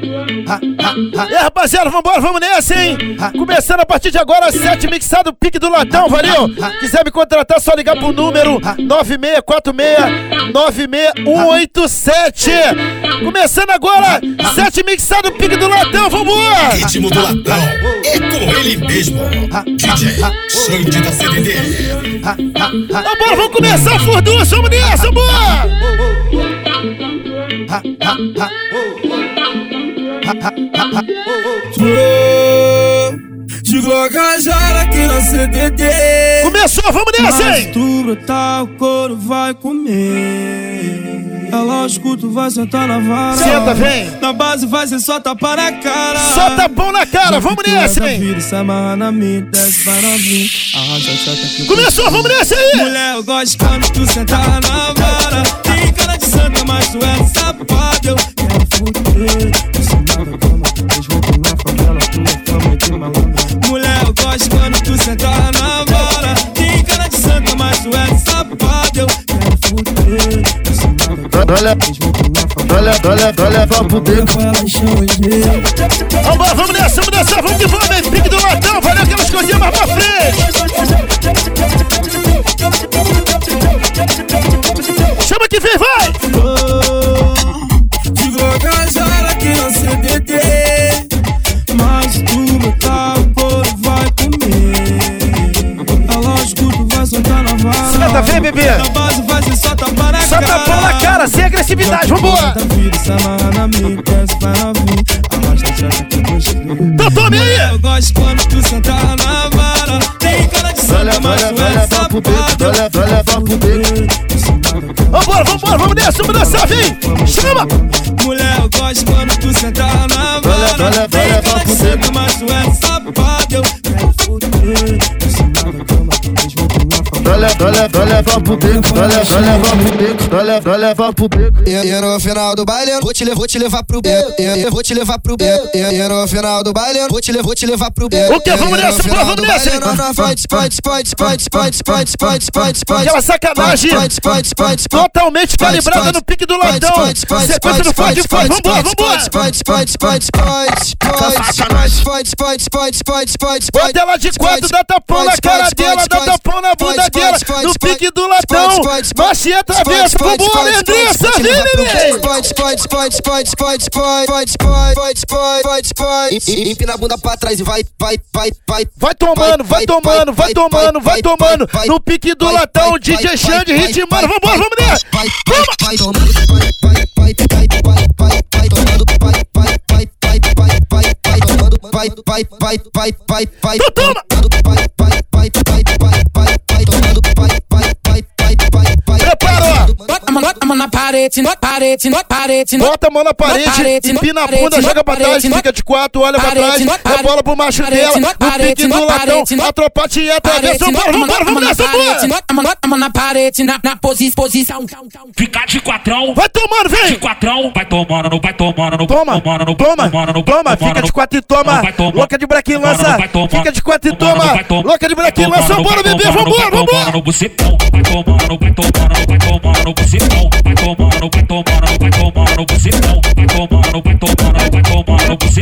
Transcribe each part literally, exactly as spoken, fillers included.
E aí, rapaziada, vambora, vamos nessa, hein? Começando a partir de agora, sete mixado, pique do latão, valeu? Quiser me contratar, só ligar pro número nove seis quatro seis nove seis um oito sete. Começando agora, sete mixado, pique do latão, vambora! Ritmo do latão, é com ele mesmo, D J Xande da C D D. Vambora, vamos começar, furdunço, vamos nessa, vambora! De Glocajara aqui na C D D. Começou, vamos nessa, hein? Mas tu brotar, o couro vai comer. É lógico, tu vai sentar na vara. Senta, vem. Na base vai ser só tapa na cara. Só tapão na cara, vamos nessa, hein? Vira, se amarra na minha, desce, vai na minha. Arrasta, chata aqui. Começou, vamos nessa aí! Mulher, eu gosto quando tu sentar na vara. Tem cara de santa, mas tu é safado. Eu quero fuder. Isso nada, cama. Eles vão na favela, tua fama de malandro. Mulher, eu gosto quando tu sentar na vara. Tem cara de santa, mas tu é safado. Eu quero fuder. Isso nada, cama. Eles vão na favela, olha, olha, vamos pro beco. Vambora, vamos nessa, vamos nessa, vamos que vamos, hein? Pique do latão, valeu aquelas coisinhas mais pra frente. Chama que vem, vai! De Glocajara aqui na C D D. Mas tu botar, o couro vai comer. É lógico, tu vai soltar na vara. Senta, vem, bebê. Na base vai ser só tapa na só cara. Só tapão na cara, sem agressividade, vambora. Então tome aí. Eu gosto quando tu sentar na vara. Tem cara de santa, mas tu é safado. Vambora, vambora, vamos nessa, vamos nessa, vem. Chama. Mulher, eu gosto quando tu sentar na vara. Tem cara de santa, mas tu é safado. Eu quero fuder. Olha, vamos pro beco, olha, olha, vamos pro beco, olha, olha, vamos pro beco. E no final do baile, vou te, vou te levar pro beco. Eu vou te levar pro beco. E no final do baile, vou te, vou te levar pro beco. O que? Vamos nessa, pô, vamos nessa. Aquela sacanagem totalmente calibrada no pique do latão. Sequência do fode, fode, vambora, vambora. Bota ela de quatro, dá tapão na cara dela, dá tapão na bunda dela, no pique do latão. Machia travessa, vambora, Andressa, vem, neném. Empina a bunda pra trás e vai, vai, vai, vai. Vai tomando, vai tomando, vai tomando, vai tomando. No pique do latão, D J Xande, ritmando, vambora, vamos nessa. Toma! Vai tomando, vai, vai, vai, vai, vai, vai, vai tomando, vai, vai, vai, vai, vai, vai, vai tomando, vai, vai, vai, vai, vai, vai. Então toma! Vai, vai, vai, vai, vai, vai, vai tomando, vai, vai, vai, vai, vai, vai. Prepara, ó. Bota a mão na parede, na parede, na parede. Bota a mão na parede, empina a bunda, joga pra trás, fica de quatro, olha pra trás, a bola pro macho dela, no pique do latão, a tropa te atravessa, vambora, vambora, vamos nessa, bora! Bota a mão na parede, na, na posição. Ficar de quatrão, vai tomando, vem! De quatrão, vai tomando, não vai tomando, não toma, tomando, não toma, tomando, toma, fica de quatro e toma, louca de brequinho lança, fica de quatro e toma, louca de brequinho lança, vambora, bebê, vambora, vambora! Vai tomando, vai tomando, vai tomando, você vai tomando, vai tomando, vai tomando, você vai tomando, vai tomando, vai tomando, você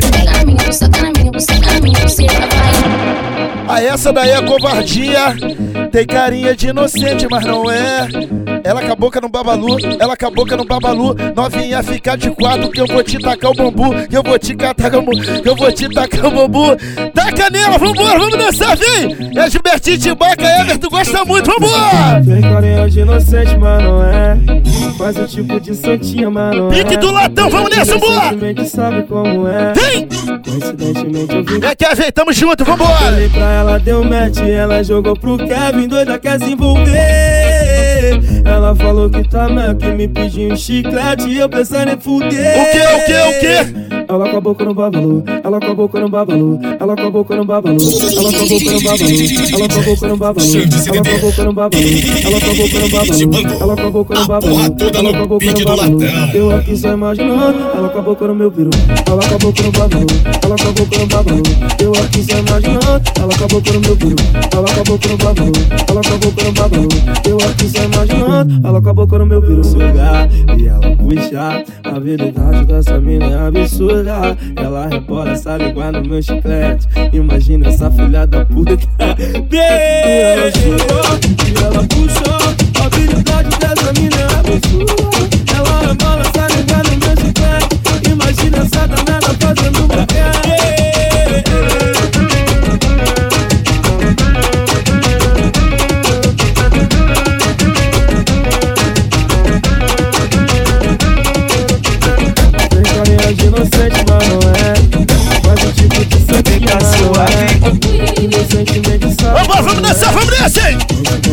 Ah, essa daí é covardia. Tem carinha de inocente, mas não é. Ela com a boca no babalu, ela com a boca no babalu. Novinha, fica de quatro que eu vou te tacar o bambu. Que eu vou te catar o bambu, que eu vou te tacar o bambu. Taca nela, vambora, vamos dançar, vem! É Gilbertinho, Timbaca, Everton, gosta muito, vambora! Tem carinha de inocente, mas não é. Faz o tipo de santinha, mas não é. Pique do latão, vamos nessa, vambora! Sabe como é. Vem! Coincidentemente eu vi. É Kevin, tamo junto, vambora! Falei pra ela, deu match, ela jogou pro Kevin, doida quer se envolver. Ela falou que tá mal, que me pediu um chiclete e eu pensando em fuder. O que, o que, o que? Ela com a boca no babalu, ela com a boca no babalu, ela com a boca no babalu, ela com a boca no babalu, ela com a boca no babalu, ela com a boca no babalu, ela com a boca no babalu, ela com a boca no babalu, ela com a boca no babalu. Eu aqui só imaginando, ela com a boca no meu peru, ela com a boca no babalu, ela com a boca no babalu. Eu aqui só imaginando, ela com a boca no meu peru, ela com a boca no babalu, ela com a boca no babalu. Eu aqui só imaginando, ela com a boca no meu peru. Sugar e ela puxar, a habilidade dessa mina é absurda. dura. Ela rebola essa língua no meu chiclete. Imagina essa filha da puta. E ela chegou, e ela puxou. A habilidade dessa mina é absurda. Ela rebola essa língua no meu chiclete. Imagina essa danada fazendo boquete. Inocente, mas não é. Faz o tipo de sangue que é. Inocentemente sabe. Vamos, vamos dançar, vamos nessa, hein?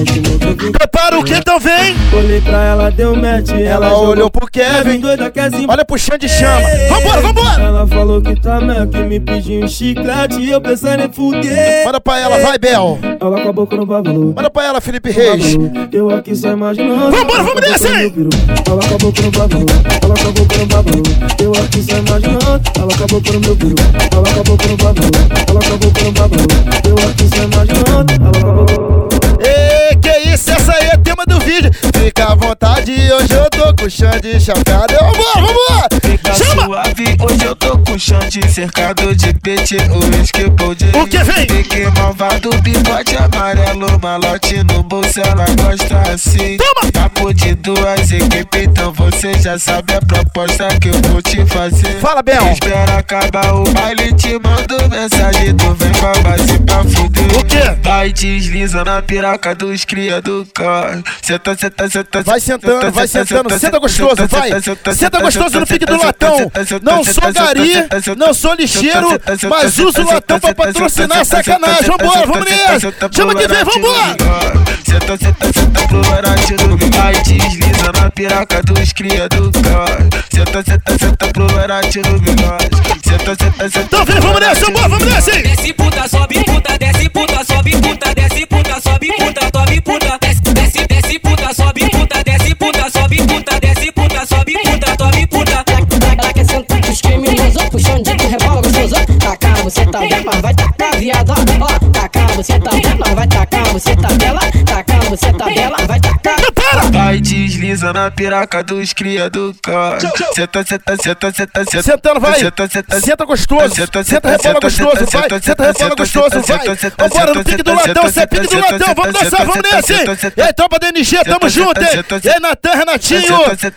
Prepara o que então vem. Olhei pra ela, deu match. Ela, ela olhou pro Kevin. Doida, olha pro Xande e chama. Vambora, vambora. Ela falou que tá mel, que me pediu um chiclete. E eu pensando em fuder. Manda pra ela, vai, Bel. Ela com a boca no babalu. Manda pra ela, Felipe Reis. Eu aqui só imaginando. Vambora, vamos nessa, hein? Ela com a boca no babalu. Ela com a boca no babalu. Eu aqui só imaginando. Ela acabou com o meu peru. Ela acabou com o babalu. Ela acabou com o babalu. Eu aqui só imaginando. Ela acabou com... Ei, que isso, essa aí é tema do vídeo. Fica à vontade, hoje eu tô com o Xande chapado. Vambora, vambora. Fica chama. Suave, hoje eu tô com o Xande cercado de peixe. O esquipou de... O que vem? Fique malvado, bigode amarelo, malote no bolso, ela gosta assim. Toma. Papo de duas equipes, então você já sabe a proposta que eu vou te fazer. Fala, Bel. Espera acabar o baile, te mando mensagem, tu vem pra base pra fuder. O quê? Vai desliza na piraca dos cria do carro. Senta, senta, senta. Vai sentando, vai sentando, senta gostoso, vai. Senta gostoso no pique do latão. Não sou gari, não sou lixeiro, mas uso o latão pra patrocinar sacanagem. Vambora, vamos nessa. Chama que vem, vambora. Senta, senta, senta pro barato do vai desliza na piraca dos cria do carro. Senta, senta, senta pro barato do bigode. Senta, senta, senta. Então vem, vamos nessa, vambora, vamos nessa, hein. Desce puta, sobe puta, desce puta, sobe puta, desce puta, sobe puta, sobe puta, desce, desce, desce puta, sobe puta, desce puta, sobe puta, desce puta, sobe puta, sobe puta. Ela quer sentar com os criminosos, puxando de rebola gostoso. Tacar, você tá bem, mas vai tacar, viado. Ó, tacar, você tá bem, mas vai tacar, você tá bela. Tacar, você tá bela, vai tacar. Vai desliza na piraca dos cria do carro. Senta, senta, senta, senta, senta. Sentando, vai. Senta, senta, senta gostoso. Senta, Senta, rebola gostoso, vai. Senta, rebola gostoso, vai. Vambora no pique do latão, você é pique do latão. Vamos dançar, vamos nessa, hein. E aí, tropa da N G, tamo junto, hein. E aí, Natan, Renatinho.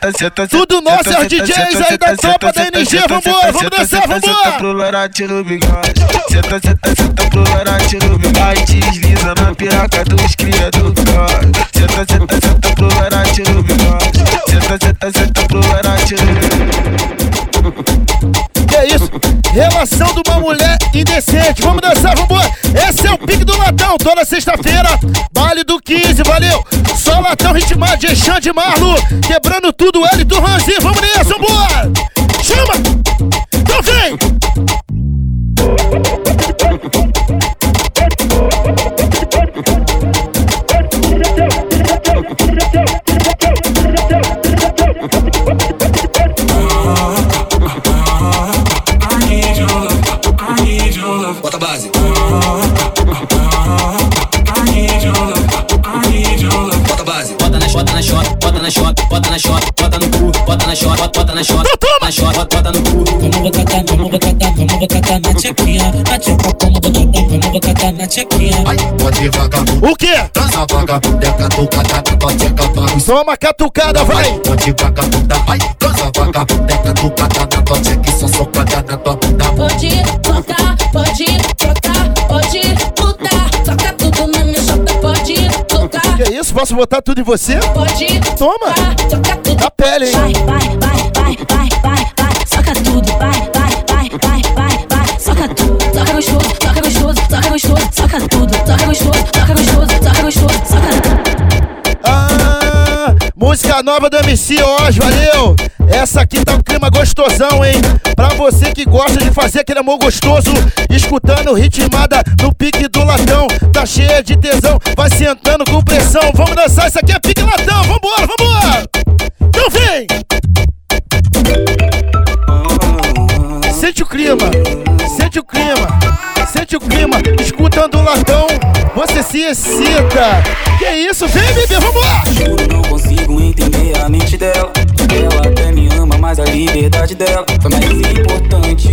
Tudo nosso, é os D Js aí da tropa da N G. Vambora, vamos dançar, vambora. Senta pro barato do bigode. Senta, senta, senta pro barato do bigode. Vai desliza na piraca dos cria do carro. Senta, senta, senta pro barato do bigode. Senta, senta, senta pro barato do bigode. Que é isso? Relação de uma mulher indecente. Vamos dançar, vambora. Esse é o pique do latão, toda sexta-feira. Baile do quinze, valeu. Só latão ritmado de Xande Marlo. Quebrando tudo, L do Ranzinho. Vamos nessa, vambora. Chama. Então vem. Bota a base. Bota a base. Bota na shot, na shot, bota na shot, bota na shot, bota no cu, bota na shot, bota na shot, na shot, bota no cu. Vamos botar, vamos botar, vamos botar na tchequinha, na tcheca, vamos botar, vamos botar na tchequinha. Ai, pode vagabundo. O quê? Dança vagabunda, é catucada na tua tcheca, bagunça. Toma catucada, vai. Pode vagabunda, ai, dança vagabunda, é catucada na tua tcheca, só socada na tua bunda. Pode tocar, pode trocar, pode mudar. Toca tudo na minha chota, pode tocar. Que isso? Posso botar tudo em você? Pode Toma. tocar tudo. A pele, hein? Vai, vai, vai, vai, vai, vai, vai. Soca tudo, vai, vai, vai, vai, vai, vai. Soca tudo, toca gostoso, toca gostoso, toca gostoso, soca tudo, toca gostoso, toca gostoso, toca gostoso, soca tudo. Ah, música nova do M C Oz, valeu! Essa aqui tá um clima gostosão, hein? Pra você que gosta de fazer aquele amor gostoso, escutando ritmada no pique do latão, tá cheia de tesão, vai sentando com pressão. Vamos dançar, isso aqui é pique latão, vambora, vambora! Então vem! Sente o clima, sente o clima, sente o clima, escutando o latão, você se excita. Que isso, vem bebê, vambora! Juro, não consigo entender a mente dela. Ela até me ama, mas a liberdade dela foi mais importante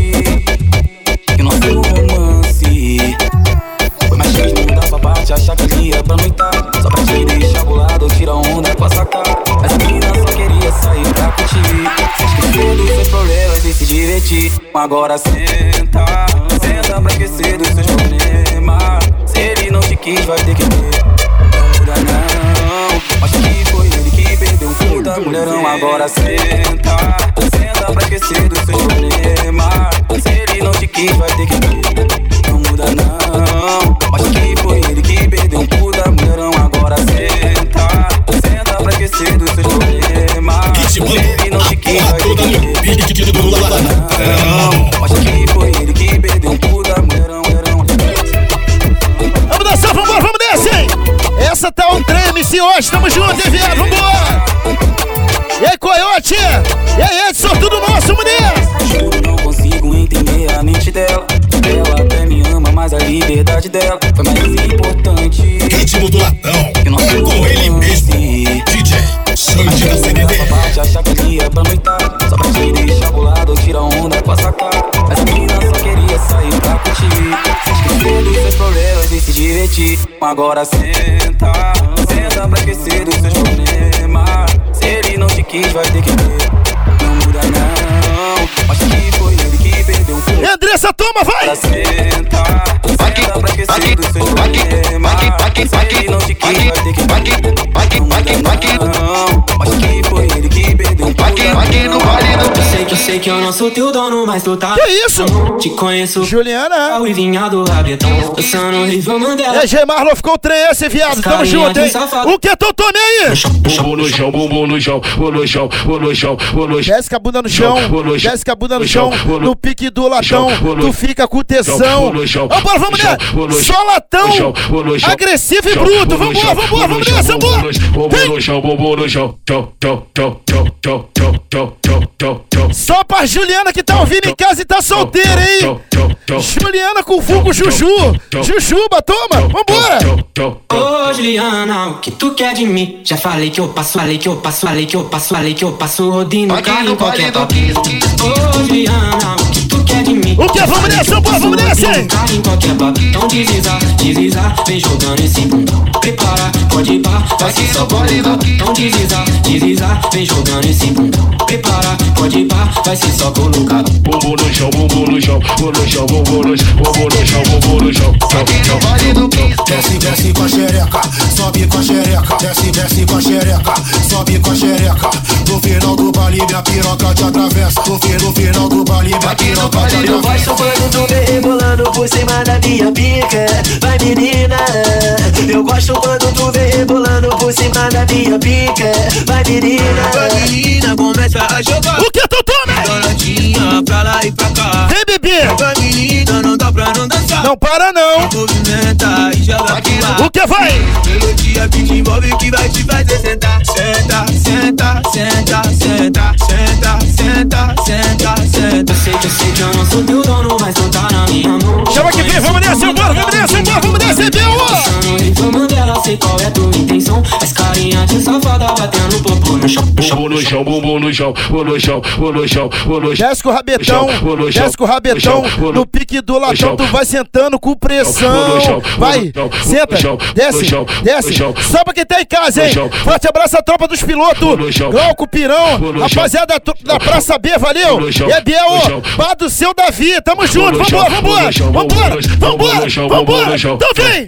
divertir. Agora senta, senta pra esquecer dos seus problemas. Se ele não te quis, vai ter que ter. Não muda não, acho que foi ele que perdeu um puta mulherão. Agora senta, senta pra esquecer dos seus problemas. Se ele não te quis, vai ter que ter. Não muda não, acho que foi ele que perdeu um puta mulherão. Agora senta, senta pra esquecer dos seus problemas. Se ele não te quis, vai ter que ter. Não muda não, acho que foi ele que perdeu um puta mulherão. Vamos dançar, vambora, vamos nessa, hein? Essa tá um trem, M C hoje, tamo junto, hein, viado, vambora! E aí, Coyote? E aí, Edson, tudo nosso, mulher? Eu não consigo entender a mente dela. Ela até me ama, mas a liberdade dela foi mais importante. Ritmo do latão, é com ele mesmo, D J Xande da C D D. Só bate a chacoalha pra noitar, só pra te deixar bolado, tira onda com a sacada. Mas a menina só queria sair pra curtir, se esquecer dos seus problemas e se divertir. Agora senta, senta pra esquecer dos seus problemas. Se ele não te quis, vai ter que ter. Não muda não, acho que foi ele que perdeu um pouco. Andressa, toma, vai! Agora senta, senta pra esquecer dos seus problemas. Se ele não te quis, vai ter que ter. Não muda não, acho que foi ele que perdeu um pouco. Eu sei que, sei que eu não sou teu dono, mas tu tá. Que isso? Te conheço. Juliana. O Ivinha do Rabetão, dançando o Rival Mandela. E aí, G. Marlon, ficou o trem esse, viado. Tamo junto, hein? O que tu tome aí? Bumbum no chão, bumbum no chão, bumbum no chão, bumbum no chão, bumbum no chão. Desce a bunda no chão, desce a bunda no chão, no pique do latão, tu fica com tesão. Vambora, vamos nessa! Só latão, agressivo e bruto. Vambora, vambora, vamos nessa, vambora! Bumbum no chão, bumbum no chão, tchau, tchau, tchau, tchau, tchau, tchau, tchau, tchau, tchau, tchau. Só pra Juliana que tá ouvindo em casa e tá solteira, hein? Juliana com vulgo Juju. Jujuba, toma, vambora! Ô Juliana, o que tu quer de mim? Já falei que eu passo, falei que eu passo, falei que eu passo, falei que eu passo rodinho no carro em qualquer papi. Ô Juliana, o que tu quer de mim? O que? Vamos nessa, pô, vamos nessa, hein? Em qualquer papi. Então deslizar, deslizar, vem jogando esse bundão. Prepara, pode ir pá, vai ser só bolidão. Então deslizar, deslizar, vem jogando esse bundão. Prepara, pode ir pá, vai ser só colocar. Bumbum no chão, bumbum no chão, bumbum no chão, bumbum no chão, bumbum no chão, bumbum no chão. Desce, desce com a xereca, sobe com a xereca. Desce, desce com a xereca, sobe com a xereca. No final do baile minha piroca te atravessa. No, fi, no final do baile minha piroca te atravessa. Eu gosto quando tu vem rebolando por cima da minha pica. Vai menina, eu gosto quando tu vem rebolando por cima da minha pica. Vai menina, vai menina, começa a jogar. O que tu toma? Donadinha pra lá e pra cá. Vem, bebê. Vai menina, não dá pra não dançar. Não para não. Movimenta e joga pro lado. O que vai? Melodia que te envolve que vai te fazer sentar. Senta, senta, senta, senta, senta, senta, senta, senta. Eu sei que eu sei que eu não sou teu dono, mas tu tá na minha mão. Chama que vem, vamos nessa, bora, vamos nessa, bora, vamos nessa, deu! Passando em fama dela, sei qual é tua intenção. As carinha de safada batendo popô no chão. Bumbum no chão, bumbum no chão, bumbum no chão, bumbum no chão, bumbum no chão. Desce com o rabetão, desce com o rabetão, no pique do latão, tu vai sentando com pressão. Vai, senta, desce, desce. Só pra quem tá em casa, hein? Forte abraço à tropa dos pilotos. Glauco, Pirão, rapaziada da Praça B, valeu? E é Biel, pá do seu Davi, tamo junto, vambora, vambora, vambora, vambora, vambora, então vem!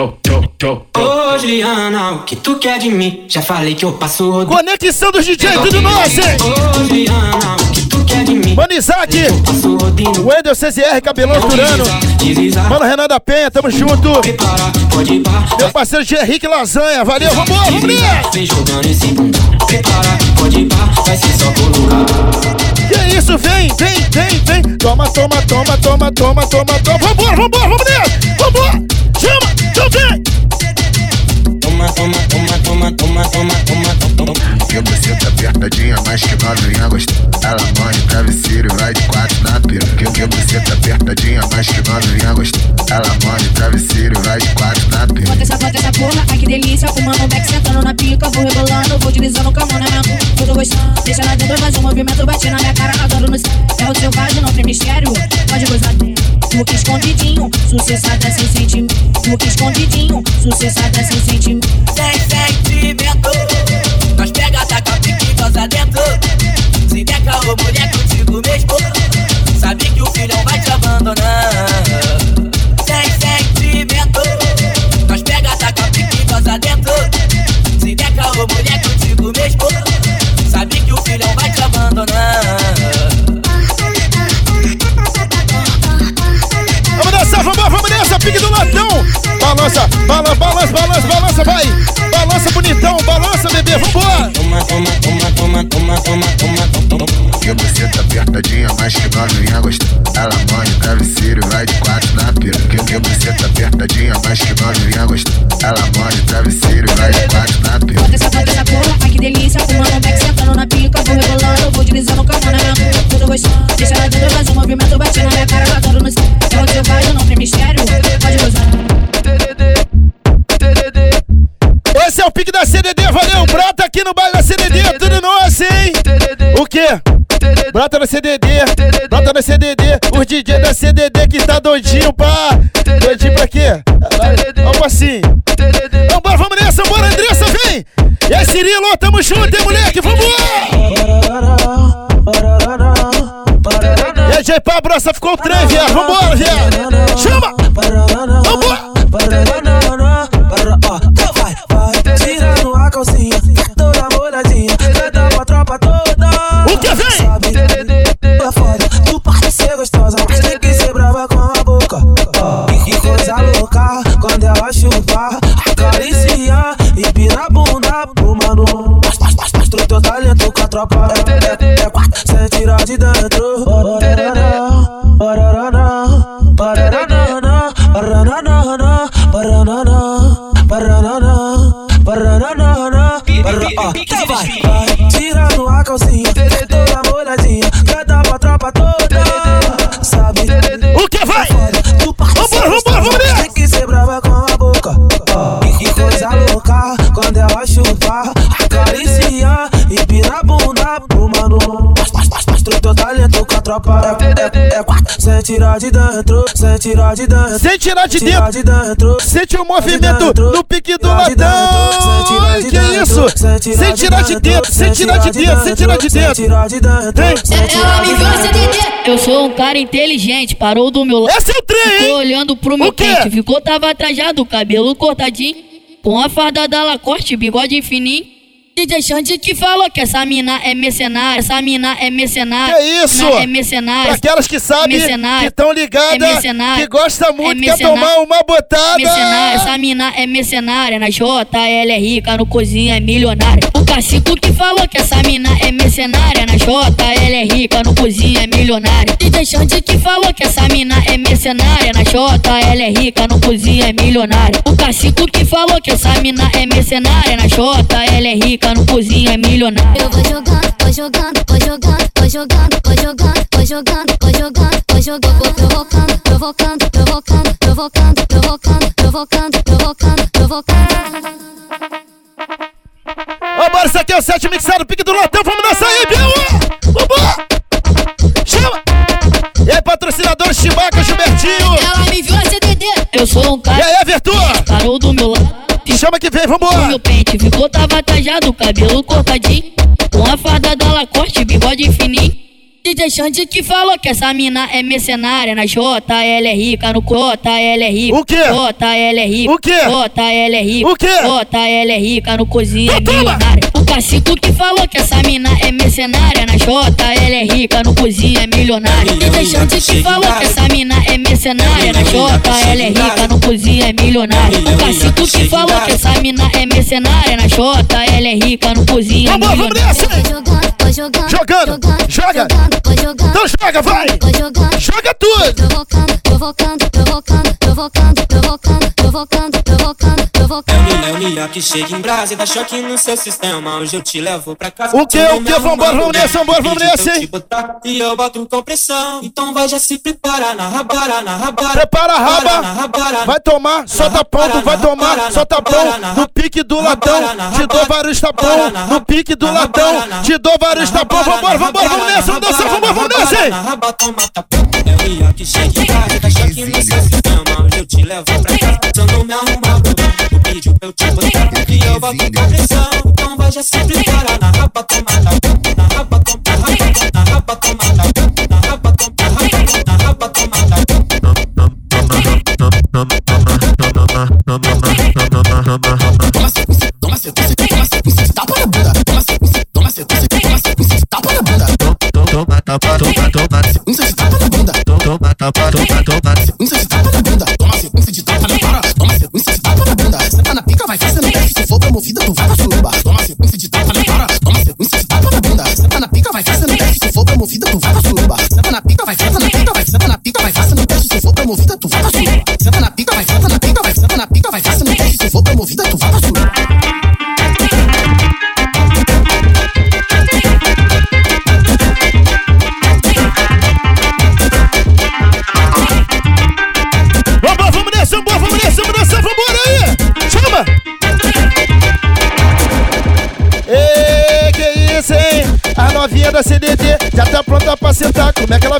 Ô Juliana, o que tu quer de mim? Já falei que eu passo rodinho. Conexão dos D J, tudo nosso, hein? Ô Juliana, o que tu quer de mim? Mano Isaac, Wendel C Z R, Cabelão Turano, Mano Renan da Penha, tamo junto. Meu parceiro G. Henrique Lasanha, valeu, vambora, vamos nessa! Vem jogando esse bundão. Prepara, pode ir pá, vai ser só colocar. Que isso, vem, vem, vem, vem. Toma, toma, toma, toma, toma, toma, toma. Vambora, vambora, vamos nessa! Vambora! Chama, então vem! Toma, toma, toma, toma, toma, toma, toma, toma. Que você tá apertadinha, mais que novinha gostosa. Ela morde travesseiro e vai de quatro na pira. Que você tá apertadinha, mais que novinha gostosa. Ela morde travesseiro e vai de quatro na pira. Bota essa, bota essa porra, ai que delícia. Fumando um beck, sentando na pica. Vou rebolando, vou deslizando com a mão na minha mão. Eu tô gostando, deixa lá dentro, faz um movimento. Bate na minha cara, adoro no céu. É o selvagem, não tem mistério. Pode gozar dentro. Fica escondidinho, sucessada sem sentimento. Fica escondidinho, sucessada sem sentimento. sem sentimento. Nós pega, taca, pique, goza dentro. Se der calor, mulher, contigo mesmo. Bala, balança, balança, balança, vai. Balança bonitão, balança, bebê, vambora. Toma, toma, toma, toma, toma, toma, toma, toma. Que você tá apertadinha, mas que novinha gostou. Ela manda o travesseiro e vai de quatro na piroca. Que você tá apertadinha, mas que novinha gostou. Ela manda o travesseiro e vai de quatro na piroca. Bota essa bota essa porra, ai que delícia. Fumando um back, sentando na pica. Vou rebolando, vou deslizando com a mão na minha boca. Tudo gostoso, deixa ela dentro, faz um movimento. Bate na minha cara, batendo no céu. É onde eu vai, eu não tem mistério. Pode gozar. Esse é o pique da C D D, valeu. Brota aqui no baile da C D D, tudo nosso, hein? O quê? Brota na C D D, brota na C D D. Os D J da C D D que tá doidinho pra... Doidinho pra quê? Vamos assim. Vambora, vamos nessa, vambora, Andressa, vem! E aí, Cirilo, tamo junto, hein, moleque? Vambora! E aí, J Pablo, só ficou o trem, viado. Vambora, viado! Chama! Vambora! Tirando a calcinha, toda molhadinha, canta pra tropa toda. O que vem? Sabe, é foda, tu pode ser gostosa, mas tem que ser brava com a boca. E que coisa louca, quando ela chupar, acariciar e pira a bunda pro mano. Mostra o teu talento com a tropa, é, é, é quatro, cê tira de dentro. Bararana, bararana, bararana, bararana, bararana, bararana. Bararana, bararana, tá vai, vai. Tirando a calcinha, toda molhadinha, canta pra tropa toda. Sabe, o que vai? Tu vambora, vambora, vambora. Tem que ser brava com a boca. E que coisa louca, quando ela chupar, acariciar e pira a bunda pro mano. Mostra o teu talento com a tropa, é, é, é quatro, sem tirar de dentro, sem tirar de dentro, sem tirar de dentro, sente o movimento no pique do latão. Ai, que isso? Sem tirar de dentro, sem tirar de dentro, sem tirar de dentro. Ela me viu na C D D. Eu sou um cara inteligente, parou do meu lado. Esse é o trem, hein? Ficou olhando pro meu pente, ficou, tava trajado, cabelo cortadinho, com a farda da Lacoste, bigode fininho. D J Xande que falou que essa mina é mercenária, essa mina é mercenária. Que isso? É mercenária. Pra aquelas que sabem, que estão ligadas, é que gostam muito, é quer tomar uma botada. Mercenária, essa mina é mercenária. Na J, ela é rica, no cozinha é milionária. O cacico que falou que essa mina é mercenária. Na J, ela é rica, no cozinha é milionária. D J Xande que falou que essa mina é mercenária. Na J, ela é rica, no cozinha é milionária. O cacico que falou que essa mina é mercenária. Na J, ela é rica, no cozinha é milionário. Eu vou jogando, vou jogando, vou jogando, vou jogando, vou jogando, vou jogando, vou jogando, vou jogando, vou provocando, provocando, provocando, provocando, provocando, provocando, provocando, provocando. Vambora, isso aqui é o set mixado, pique do latão, vamos nessa aí, viu? Vambora! Chama! E aí, patrocinador Chibaca, Gilbertinho. Ela me viu na C D D. Eu sou um cara. E aí, Virtua? Parou do meu lado. Chama que vem, vambora! O meu pente ficou, tava trajado, cabelo cortadinho, com a farda da Lacoste, bigode fininho. D J Xande que falou que essa mina é mercenária. Na J, ela é rica, no J, ela é rica. O quê? J, ela é rica. O quê? J, ela é rica. O quê? J, ela é rica, no cozinha é Toma. milionária. O cacico que falou que essa mina é mercenária. Na J, ela é rica, no cozinha é milionária. D J Xande que falou que essa mina é mercenária. Na J, ela é rica, no cozinha é milionária. O cacico que falou que essa mina é mercenária. Na J, ela é rica, no cozinha é milionária. Vamos nessa! Jogando, jogando, joga! Então joga, vai! Joga tudo! Provocando, provocando, provocando, provocando, provocando, provocando, provocando, provocando. É o melhor que chega em brasa e dá choque no seu sistema. Hoje eu te levo pra casa. O que, o que? Vambora, vamos nessa, vambora, vamos nessa, hein? E eu boto com pressão. Então vai, já se prepara na rabara, na rabara. Prepara a raba, vai tomar, solta ponto, vai tomar, solta pão. No pique do latão, te dou vários tapão. No pique do latão, te dou vários tapão. Vambora, vambora, vamos nessa, vamos dançar, vambora, vamos nessa, hein? É o melhor que chega em casa e dá choque no seu sistema. Hoje eu te levo pra casa. Se eu não me arrumar, o vídeo eu te botar. E eu boto com pressão. Então vai, já se prepara na raba, toma tapão. Na raba, toma tapão. Na raba, toma tapão. Na raba, toma tapão. Na raba, toma tapão. Toma sequência, toma sequência, toma sequência, tapa na bunda. Toma sequência, toma sequência, toma sequência, tapa na bunda. Toma tapa, toma toma, sequência de tapa na bunda. Toma tapa, toma toma, sequência de tapa na bunda. Toma sequência de tapa na cara, toma sequência de tapa na bunda.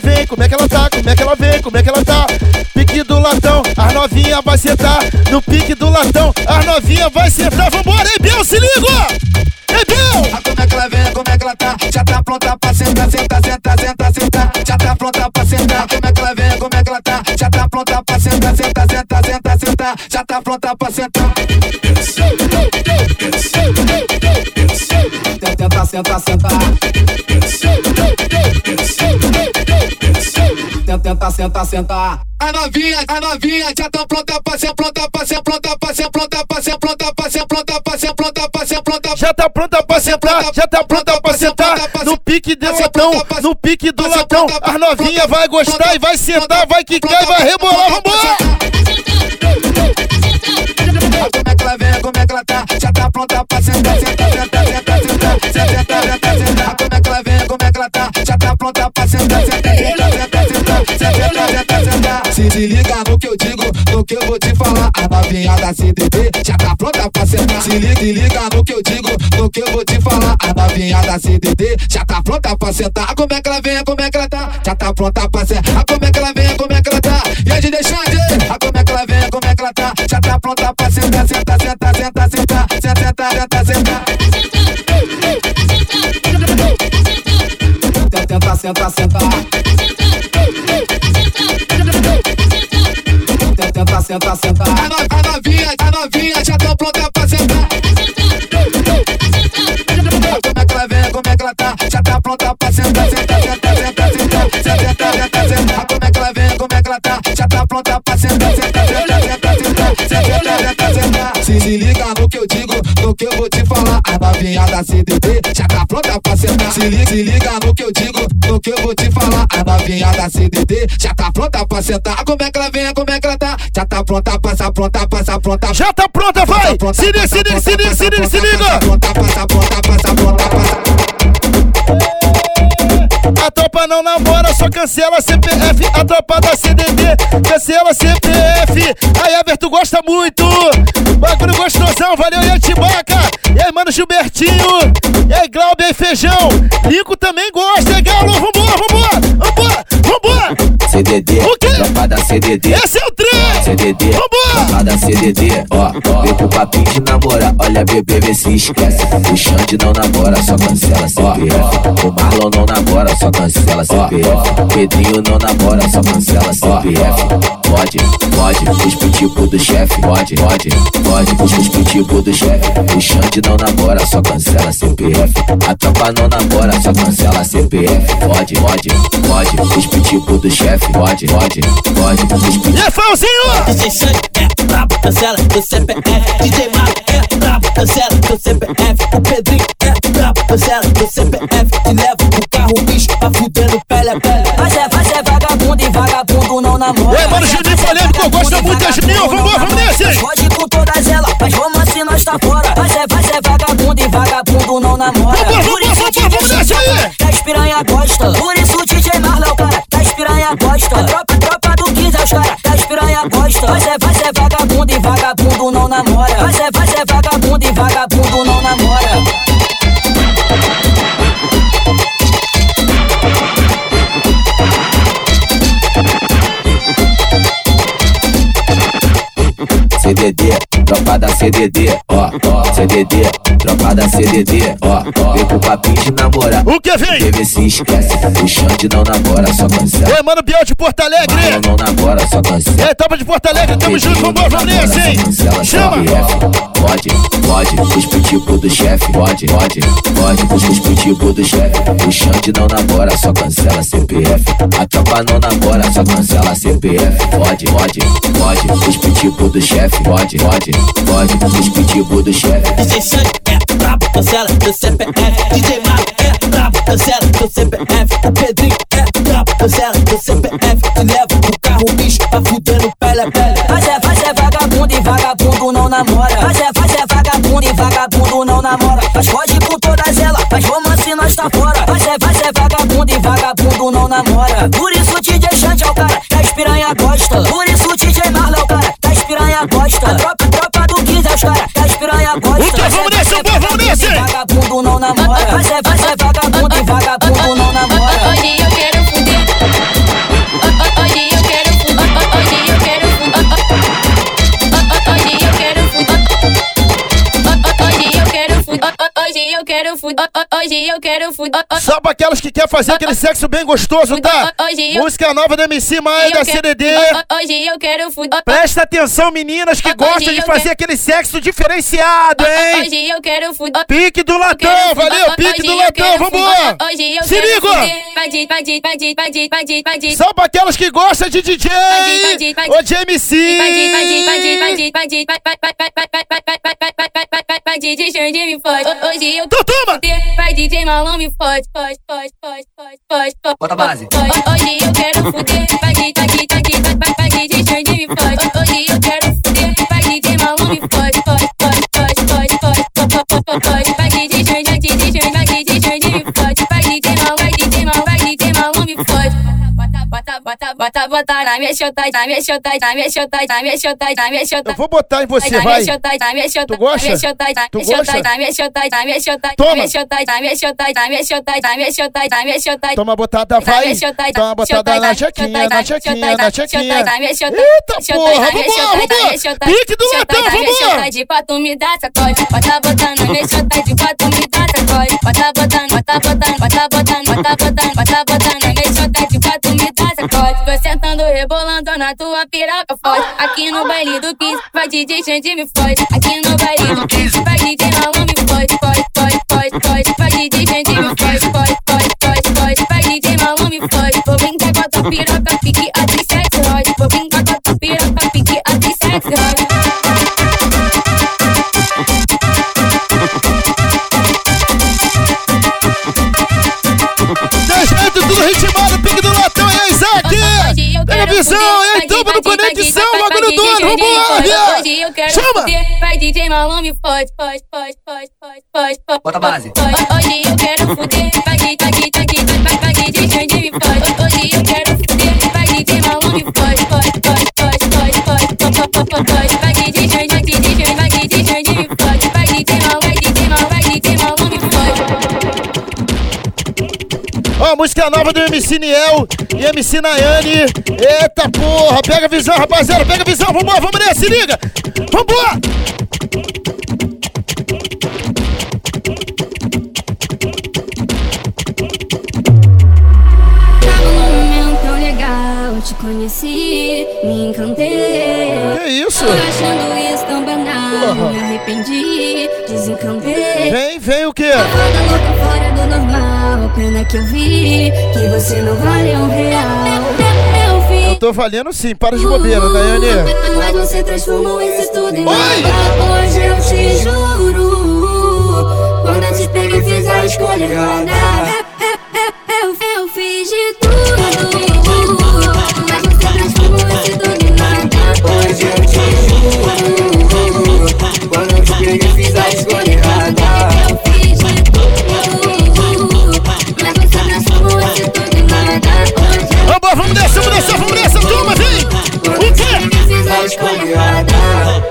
vem, como é que ela tá, como é que ela vem, como é que ela tá. Pique do latão, as novinha vai sentar. No pique do latão, as novinha vai sentar. Vambora, ei, Biel, se liga! Ei, Biel! Ah, como é que ela vem, como é que ela tá? Já tá pronta pra sentar, sentar, sentar, sentar, sentar. Já tá pronta pra sentar. Como é que ela vem, como é que ela tá? Já tá pronta pra sentar, sentar, sentar, sentar, sentar. Já tá pronta pra sentar. Tenta sentar, sentar. Tenta sentar, sentar. A novinha, a novinha já tá pronta pra ser pronta pra ser pronta pra ser pronta pra ser pronta pra ser pronta pra ser pronta pra ser pronta. Já tá pronta pra sentar, já tá pronta pra sentar. No pique do latão, no pique do latão. As novinha vai gostar e vai sentar, vai quicar e vai rebolar, vambora! Como é que ela vem, como é que ela tá? Já tá pronta pra sentar, sentar, sentar, sentar, sentar, sentar, sentar, sentar. Como é que ela vem, como é que ela tá? Já tá pronta pra sentar, sentar, sentar, sentar, sentar, sentar, sentar, sentar. Se se liga no que eu digo, no que eu vou te falar. A novinha da C D D já tá pronta pra sentar. Se liga, se liga no que eu digo, no que eu vou te falar. A novinha da C D D já tá pronta pra sentar. Como é que ela vem, como é que ela tá? Já tá pronta pra sentar. Como é que ela vem, como é que ela tá? E aí, deixando, como é que ela vem, como é que ela tá? Já tá pronta pra sentar, sentar, sentar, sentar, sentar, sentar, sentar, sentar. Tenta sentar, sentar. Tenta sentar, sentar. A novinha, a novinha já tá pronta pra sentar. Como é que ela vem, como é que ela tá? Já tá pronta pra sentar, sentar, sentar, sentar, sentar, sentar, sentar, sentar. Como é que ela vem, como é que ela tá? Já tá pronta pra sentar, sentar, sentar, sentar, sentar, sentar, sentar, sentar. Se se liga no que eu digo, no que eu vou te falar. A novinha da C D D já tá pronta pra sentar. Se liga, se liga no que eu digo, no que eu vou te falar. A novinha da C D D já tá pronta pra sentar. Como é que ela vem, como é que ela tá? Já tá pronta, passa pronta, passa pronta. Já tá pronta, vai! Se liga, se liga, se liga, se liga, se liga! Pronta, passa pronta, passa pronta, passa. A tropa não namora, só cancela C P F. A tropa da C D D cancela C P F. Aí, Everton gosta muito. Bagulho gostosão, valeu, Yetibaca. E aí, mano, Gilbertinho. E aí, Glauber, e aí, Feijão. Lico também gosta, é galo. Vambora, vambora, vambora, vambora. C D D, o quê? tropa da C D D. Esse é o trem. C D D, vambora. tropa da C D D. Ó, ó, vem pro papinho de namora. Olha, bebê, vê se esquece. O Xande não namora, só cancela C P F. O Marlon não namora, só cancela C P F. O Pedrinho não namora, só cancela C P F. Pode, pode, os pitbull do chefe. Pode, pode, pode, os pitbull do chefe. O Xande não namora, só cancela C P F. A tropa não namora, só cancela C P F. Pode, pode, pode, os pitbull do chefe. Pode, pode, pode, os pitbull. E aí, Fãozinho! D J Xande é brabo, cancela do C P F. D J Marco é brabo, cancela do C P F. O Pedrinho é brabo, cancela do C P F. Te leva o carro, bicho, tá fudendo pele a pele. Mas é, mas é vagabundo e vagabundo não namora. E aí, mano, Juninho Polêmico, eu gosto muito da Juninho. Vamos, vamos nesse, hein? Pode com todas elas, mas romance nós tá fora. Mas é, mas é vagabundo e vagabundo não namora. Vamos, vamos, vamos, vamos nesse aí! Que as piranha gosta. Por isso o D J Marlon, cara, que as piranha gosta. A tropa, a tropa do quinze, os cara, que as piranha gosta. Mas é, mas é vagabundo e vagabundo não namora. Mas é, mas é vagabundo e vagabundo não namora. C D D, tropa da C D D, ó, ó, C D D, tropa da C D D, ó, ó, vem pro papinho de namorar. O que vem? Bebê se esquece, o Xande não namora, só cancela. E aí, mano, Biel de Porto Alegre. Marlon não namora, só cancela. E aí, tropa de Porto Alegre, tamo junto, vambora, vamos nesse, hein? Chama! Pode, pode, os pitbull do chefe. Pode, pode, pode, os pitbull do chefe. O Xande não namora, só cancela C P F. A tropa não namora, só cancela C P F. Pode, pode, pode, os pitbull do chefe. Pode, pode, pode, os pitbull do chefe. D J Xande é brabo, cancela do C P F. D J Marco é brabo, cancela do C P F. O Pedrinho é brabo, cancela do C P F. Te leva o carro, bicho, tá fudendo pele a pele. Mas é, mas é vagabundo e vagabundo não namora. Mas é, mas é vagabundo e vagabundo não namora. Mas pode com todas elas, mas romance nós tá fora. Mas é, mas é vagabundo e vagabundo não namora. Por isso o D J Xande é o cara que as piranha gosta. Por isso o D J Marlon é o cara que as piranha gosta. A tropa, a tropa do quinze é os cara que as piranha gosta. O que? Vamos nesse, vamos nesse! Vagabundo não namora. Mas é, mas é vagabundo e vagabundo não namora. Hoje eu quero fuder. quero fuder, hoje eu quero fuder. Só pra aquelas que querem fazer aquele sexo bem gostoso, tá? Música nova da M C Maia da C D D. Hoje eu quero fuder. Presta atenção, meninas que gostam de fazer aquele sexo diferenciado, hein? Hoje eu quero fuder. Pique do latão, valeu, pique do latão, vambora! Se liga! Só pra aquelas que gostam de D J ou de M C. Vai D J Xande me fode, hoje eu tô toma! Vai D J Malão me fode, fode, fode, fode, fode, fode, fode. Bota a base. Hoje eu quero fuder, vai D J Xande me fode, hoje eu quero fuder, vai D J Malão me fode, fode, fode, fode, fode, fode, fode, fode. Vai D J Xande, vai D J Xande, vai D J Xande me fode, vai D J Malão, vai D J Malão, vai D J Malão me fode. Bota, bota, bota, bota na minha chota, na minha chota, na minha chota, na minha chota, na minha chota. Eu vou botar em você, vai. Tu gosta? Tu gosta? Na minha chota, na minha chota, toma. Na minha chota, na minha chota, na minha chota, na minha chota, na minha chota. Toma botada, vai. Toma botada na chequinha, na chequinha, na chequinha. Eita porra, vambora, vambora. Pique do latão, vambora. De quatro me dá sacode, bota botando na minha chota, de quatro me dá sacode. Bota botando, bota botando, bota botando, bota botando, bota botando na minha chota, de quatro me dá sacode. Tô sentando, rebolando na tua piroca forte. Aqui no baile do quinze, vai D J Xande me fode. Aqui no baile do quinze, vai D J Malão me fode, fode, fode, fode, fode. Vai D J Xande me fode, fode, fode, fode, fode. Vai D J Malão me fode. Vou brincar com a tua piroca, pique a três sete rode. Vou brincar com a tua piroca, pique a três sete rode. Tudo ritmado, pique do latão, e aí, Isaac? Pega a visão, e aí, tampa do conexão, bagulho dono, vambora, viado! Chama! Vai D J Malão me fode, fode, fode, fode, fode, fode, fode. Bota a base. Hoje eu quero fuder, vai D J Xande me fode. Hoje eu quero fuder, vai D J Malão me fode, fode, fode, fode, fode, fode, fode, fode. Vai D J Xande, vai D J Xande, vai D J Xande me fode. Vai D J Malão, vai D J Malão, vai D J Malão me fode. Ó, música nova do M C Niel e M C Nayane. Eita porra, pega a visão, rapaziada, pega a visão, vambora, vamos nessa, se liga! Vambora! Tava num momento tão legal, te conheci, me encantei. Que isso? Tô achando isso tão banal, Porra. me arrependi, desencantei. Vem, vem o quê? Foda louca fora do normal, pena que eu vi que você não vale um real. Eu vi. Eu tô valendo sim, para de bobeira, Nayane. Mas você transformou isso tudo em nada. Hoje eu te juro, quando eu te peguei fiz a escolha errada. Eu, eu, eu fiz de tudo, mas você transformou isso tudo em nada. Hoje eu te juro, quando eu te peguei fiz a escolha errada. Eu fiz de tudo, mas você transformou isso tudo em nada. Vambora, vamos nessa, vamos nessa, vamos nessa, turma, vem! O quê? Fiz a escolha errada.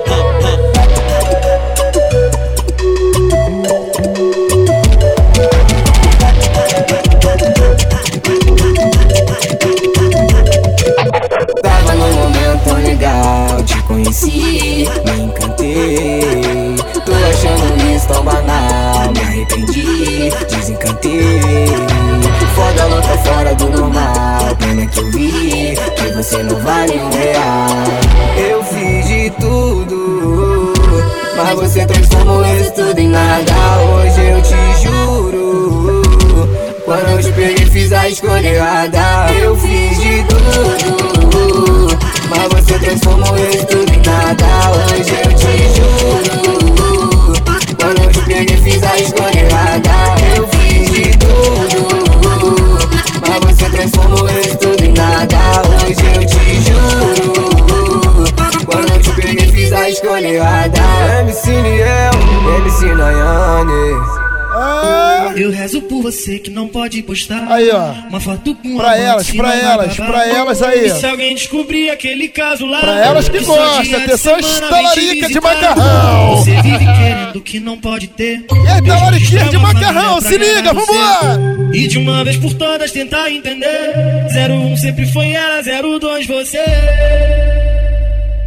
Tava num momento tão legal, te conheci, me encantei. Tô achando isso tão banal, me arrependi, desencantei. Foda louca fora do normal, pena que eu vi que você não vale um real. Eu fiz de tudo, mas você transformou isso tudo em nada. Hoje eu te juro, quando eu te peguei fiz a escolha errada. Eu fiz de tudo, mas você transformou isso tudo em nada. Hoje eu te juro, quando eu te peguei fiz a escolha errada. Eu fiz de tudo, mas você transformou isso tudo em nada. Hoje eu te juro, quando eu te peguei fiz a escolha errada. M C Niel, M C Nayane. Eu rezo por você que não pode postar. Aí, ó. Uma foto com pra elas, pra elas, pra elas aí. E se alguém descobrir aquele caso lá, pra elas que gostam, atenção, talarica de macarrão. Você vive querendo que não pode ter. E aí, talariquinha de macarrão, se liga, vambora! E de uma vez por todas tentar entender. zero um sempre foi ela, zero dois você.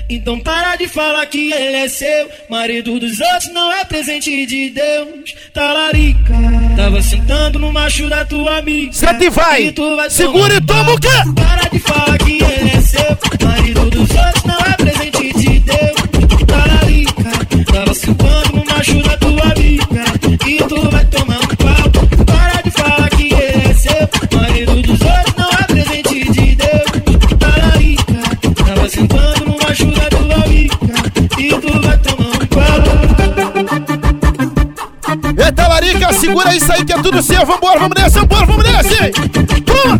Então para de falar que ele é seu. Marido dos outros não é presente de Deus. Talarica, tava sentando no macho da tua amiga. Senta e vai, vai segura e toma o quê? Para de falar que ele é seu. Marido dos outros não é presente de Deus. Talarica, tava sentando no macho da tua amiga. E tu vai tomar um pau. Para de falar que ele é seu. Marido dos outros não é presente de Deus. Talarica, tava sentando no macho da tua amiga. E tu vai tomar um pau. Eita, Larica, segura isso aí que é tudo seu. Vambora, vamos nessa, vambora, vamos nessa. Toma!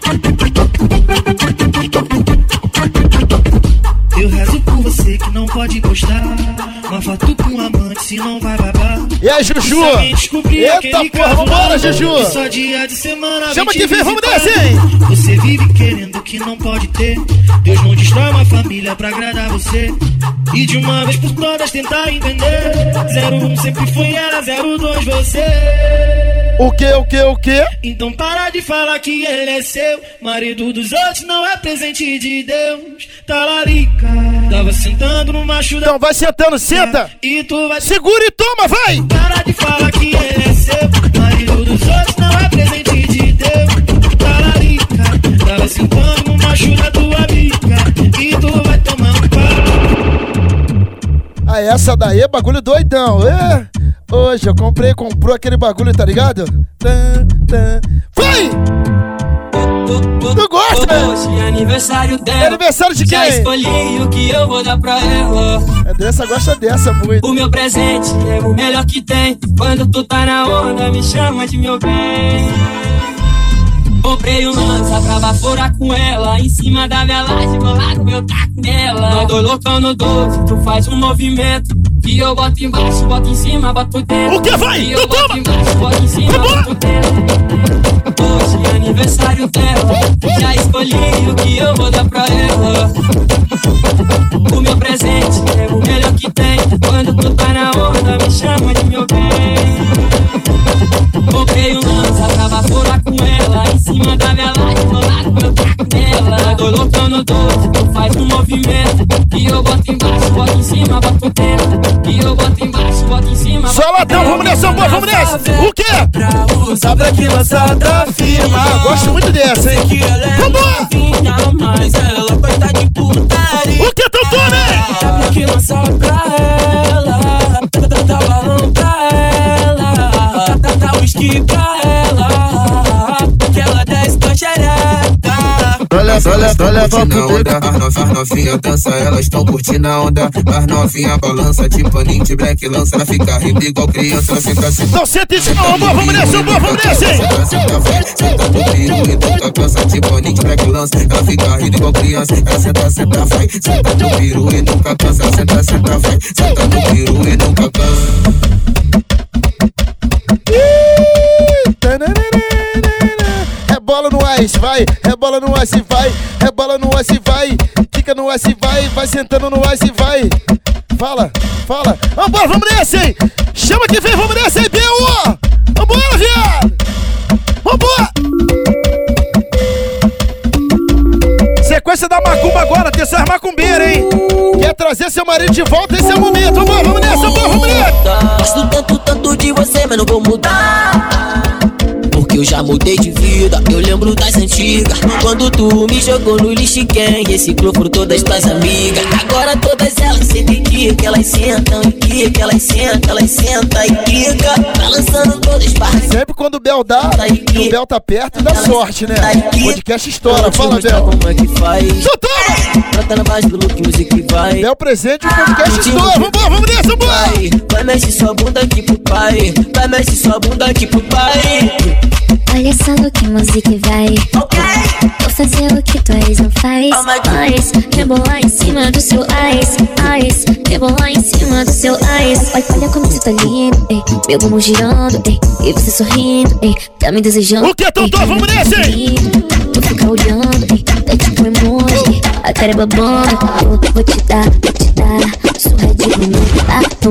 Eu rezo por você que não pode encostar. Uma foto com amante, se não vai babar. E aí, Juju? Eita porra, vambora, Juju! Só dia de semana. Chama que vem, vamos nessa, hein? Você vive querendo que não pode ter. Deus não destrói uma família pra agradar você. E de uma vez por todas tentar entender. Zero um sempre foi ela, zero dois você. O que, o que, o que? Então para de falar que ele é seu. Marido dos outros não é presente de Deus. Talarica, tava sentando no macho da... Então vai sentando, senta. E tu vai... Segura e toma, vai. Para de falar que ele é seu. Marido dos outros não é presente de Deus. Talarica, tava sentando no macho da tua amiga. E tu vai tomar um pau. Ah, essa daí é bagulho doidão, é? Hoje eu comprei, comprou aquele bagulho, tá ligado? Tan, tan. Vai! Tu gosta, né? Hoje é aniversário dela. É aniversário de quem? Já escolhi o que eu vou dar pra ela. É dessa, gosta dessa muito. O meu presente é o melhor que tem. Quando tu tá na onda, me chama de meu bem. Comprei um lança pra baforar com ela. Em cima da velagem, vou lá no meu taco nela. Nós dois loucão no doze, tu faz um movimento. E eu boto embaixo, boto em cima, boto dentro. O que vai? E eu boto embaixo, boto em cima, boto dentro. Hoje é aniversário dela. Já escolhi o que eu vou dar pra ela. O meu presente é o melhor que tem. Quando tu tá na onda, me chama de meu bem. Comprei um lança pra baforar com ela. Em cima da velagem, vou lá no meu taco nela. Nós dois loucão no doze, tu faz um movimento. E eu boto embaixo, boto em cima, boto dentro. E eu boto embaixo, boto em cima. Só latão, vamos nessa, boa, vamos nessa. O quê? Sabe que lançada firma. Ah, gosto muito dessa, hein? Vambora! Mas ela gosta de putaria. O que, Totone? Sabe que lança pra ela. Dá balão pra ela. Dá whisky pra ela. Que ela desce com a xereca. Olha, olha, olha, curtindo a onda. As novinhas novinha dança, elas tão curtindo a onda. As novinha balança, de paninho de black lança. Ela fica rindo igual criança, ela senta assim. Então senta e tchau, vamos nessa, vamos nessa, hein? Senta, senta, vai, senta no tiro e nunca cansa. De paninho de black lança, ela fica rindo igual criança. Ela senta, senta, vai, senta no tiro e nunca cansa. Senta, senta, vai, senta no tiro e nunca cansa. Rebola no ice, vai, rebola no ice, vai, rebola no ice, vai, fica no ice, vai, vai sentando no ice, vai. Fala, fala, vambora, vamos nessa, hein? Chama que vem, vamos nessa, hein, B O! Vambora, viado! Vambora! Sequência da macumba agora, atenção as macumbeiras, hein? Quer trazer seu marido de volta, esse é o momento, vambora, vamos nessa, vambora, vamos nessa! Gosto tanto, tanto de você, mas não vou mudar. Porque eu já mudei de vida, eu lembro das antigas. Quando tu me jogou no lixo, quem reciclou por todas tuas amigas. Agora todas elas sentem que elas sentam e que elas sentam, elas sentam e quica. Balançando todas barras. Sempre quando o Bel dá, e o Bel tá perto, dá sorte, né? Podcast estoura, fala, Bel. Como é que faz? Trata na base do look, music vai. Bel presente, o podcast estoura, vambora, vamos nessa, vambora! Vai, mexe sua bunda aqui pro pai. Vai, mexe sua bunda aqui pro pai. Olha só o que música vai. Vou fazer o que tu ex não faz. Mas rebolar em cima do seu ice, ice. Rebolar em cima do seu ice. Olha, olha como você tá lindo, ei. Meu bumbum girando, ei. E você sorrindo, ei. Tá me desejando. O que, Totó? Vamos nessa, hein? Vou ficar olhando, ei. É tipo um emoji, a cara é babando. Eu vou te dar, vou te dar. Surra de bumbum, atum,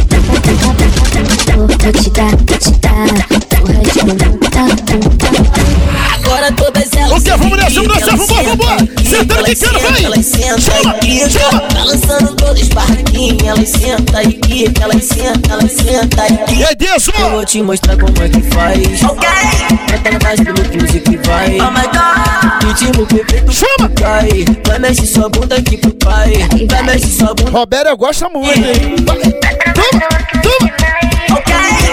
vou te dar, vou te dar. Surra de bumbum, atum. Agora todas elas. O que? Vamos nessa, vamos nessa, vambora, vambora! sentando, quicando, vai! Elas sentam e quica, balançando todas as barraquinhas. Elas sentam e quica, elas sentam, elas sentam e quica. E aí, Deus, eu vou te mostrar como é que faz. Ok! Bota na base do music vai. Oh my God! Ritmo perfeito. Chama! Vai, vai mexer sua bunda aqui pro pai. Vai mexer sua bunda. Roberto gosta muito, hein? Toma, toma! Ok!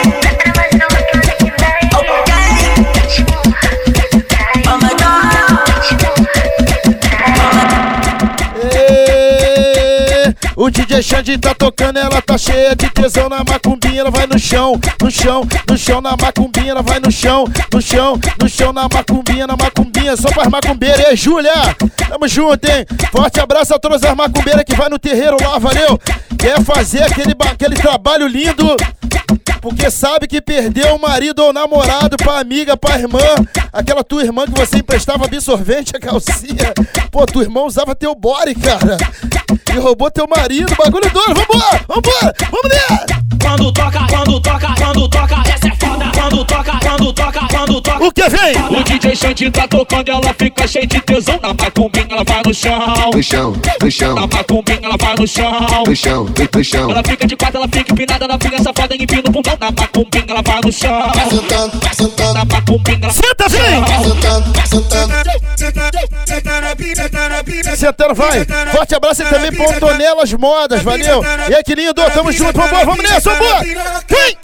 O D J Xande tá tocando, ela tá cheia de tesão na macumbinha, ela vai no chão, no chão, no chão, na macumbinha, ela vai no chão, no chão, no chão, na macumbinha, na macumbinha, só pras macumbeiras. E aí, Júlia, tamo junto, hein? Forte abraço a todas as macumbeiras que vai no terreiro lá, valeu? Quer fazer aquele, aquele trabalho lindo, porque sabe que perdeu o marido ou o namorado pra amiga, pra irmã, aquela tua irmã que você emprestava absorvente, a calcinha. Pô, tua irmã usava teu body, cara, e roubou teu marido, bagulho doido. Vambora, vambora, vamos nessa! Quando toca, quando toca, quando toca, essa é foda. Quando toca, quando toca, quando toca. O que vem? O D J Xande tá tocando, ela fica cheia de tesão. Na macumbinha ela vai no chão, no chão, no chão. Na macumbinha ela vai no chão, no chão, no chão. Ela fica de quatro, ela fica empinada, ela fica safada e empina o bundão. Na macumbinha ela vai no chão, vai sentando, vai sentando. Na macumbinha ela senta, vem! Vai sentando, vai sentando. Sentando, vai! Forte abraço e também Pontonelas Modas, valeu! E aí, que lindo, tamo junto, vambora, vamos nessa, vambora! Vem!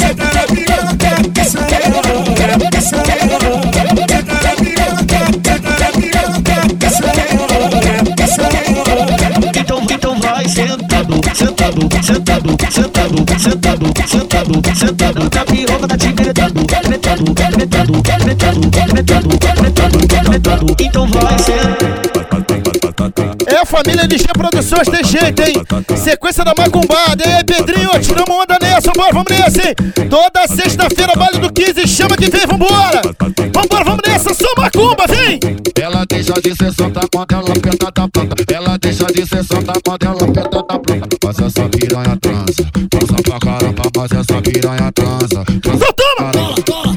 Então, então vai sentado, sentado, sentado, sentado, sentado, sentado, sentado. Na piroca tá te penetrando, penetrando, penetrando, penetrando, penetrando, penetrando, penetrando. Então vai sentado. É a família L G Produções, tem jeito, hein? Sequência da macumbada, e aí, Pedrinho, tiramos onda nessa, vambora, vamos nessa, hein? Toda sexta-feira, baile do quinze, chama que vem, vambora! Vambora, vamos nessa, só macumba, vem! Ela deixa de ser santa quando ela aperta da planta. Ela deixa de ser santa quando ela aperta da planta. Mas essa piranha transa, transa pra caramba, mas essa piranha transa. Transa pra caramba.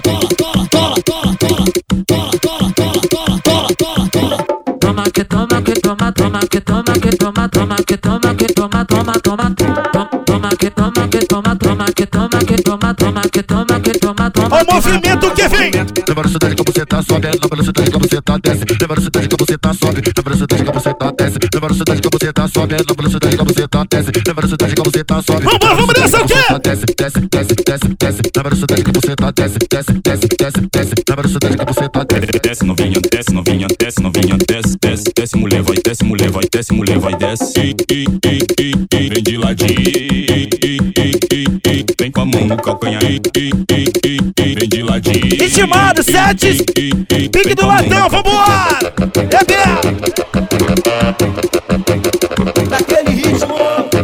Toma que toma que toma, toma que toma que toma, toma que toma que toma, toma, toma, toma que toma que toma, toma que toma que toma, toma que toma que toma, toma. O movimento que vem! Na velocidade que você tá sobe, na velocidade que você tá desce, na velocidade que você tá sobe, na velocidade que você tá desce, na velocidade que você tá sobe, na velocidade que você tá desce, na velocidade que você tá sobe. Vambora, vamos nessa, o quê? Desce, desce, desce, desce, desce, na velocidade que você tá desce, desce, desce, desce, desce, na velocidade que você tá desce. Desce novinha, desce novinha, desce novinha, desce, desce, desce mulher, vai, desce mulher, vai, desce mulher, vai, desce. E, e, e, e, e, vem de ladinho, e, e, e, e, e, vem com a mão no calcanhar, e, e, e, e, e, vem de ladinho. Intimado, sete, pique do latão, vambora! É bem! Daquele ritmo,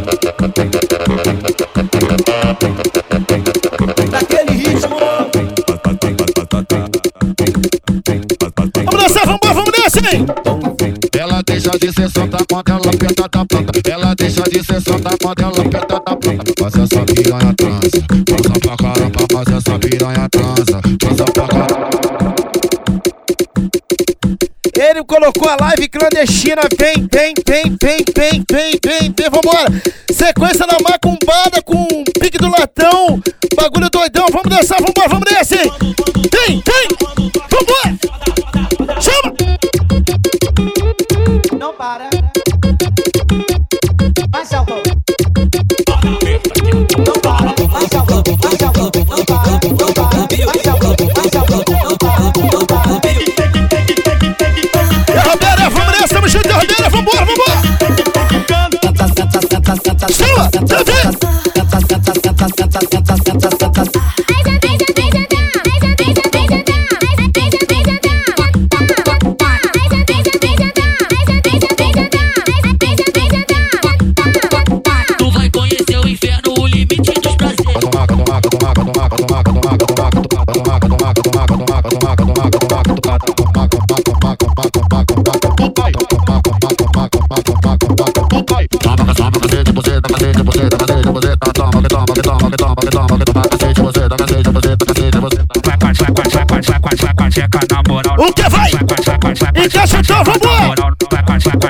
daquele ritmo. Vamos dançar, vambora, vamos nessa, hein? Ela deixa de ser santa quando ela aperta da planta. Ela deixa de ser santa quando ela aperta da planta. Mas essa piranha transa, transa pra caramba, mas essa piranha transa, transa pra caramba. Ele colocou a live clandestina, vem, vem, vem, vem, vem, vem, vem, vem, vambora! Sequência da macumbada com pique do latão, bagulho doidão, vamos dançar, vambora, vamos nessa, hein? Vem, vem, vambora! Chama! Não para. Vai, Celton. Não para. Vai, Celton. Vai, Celton. Não para. Não para. Vai, Celton. Vai, Celton. Não para. Não para. E a Roberta, vamos nessa, estamos juntos, Roberta, vambora, vambora! Chama! Tá vendo? Tu vai conhecer o inferno, o limite dos prazeres. O que vai? Encaixa então, vambora!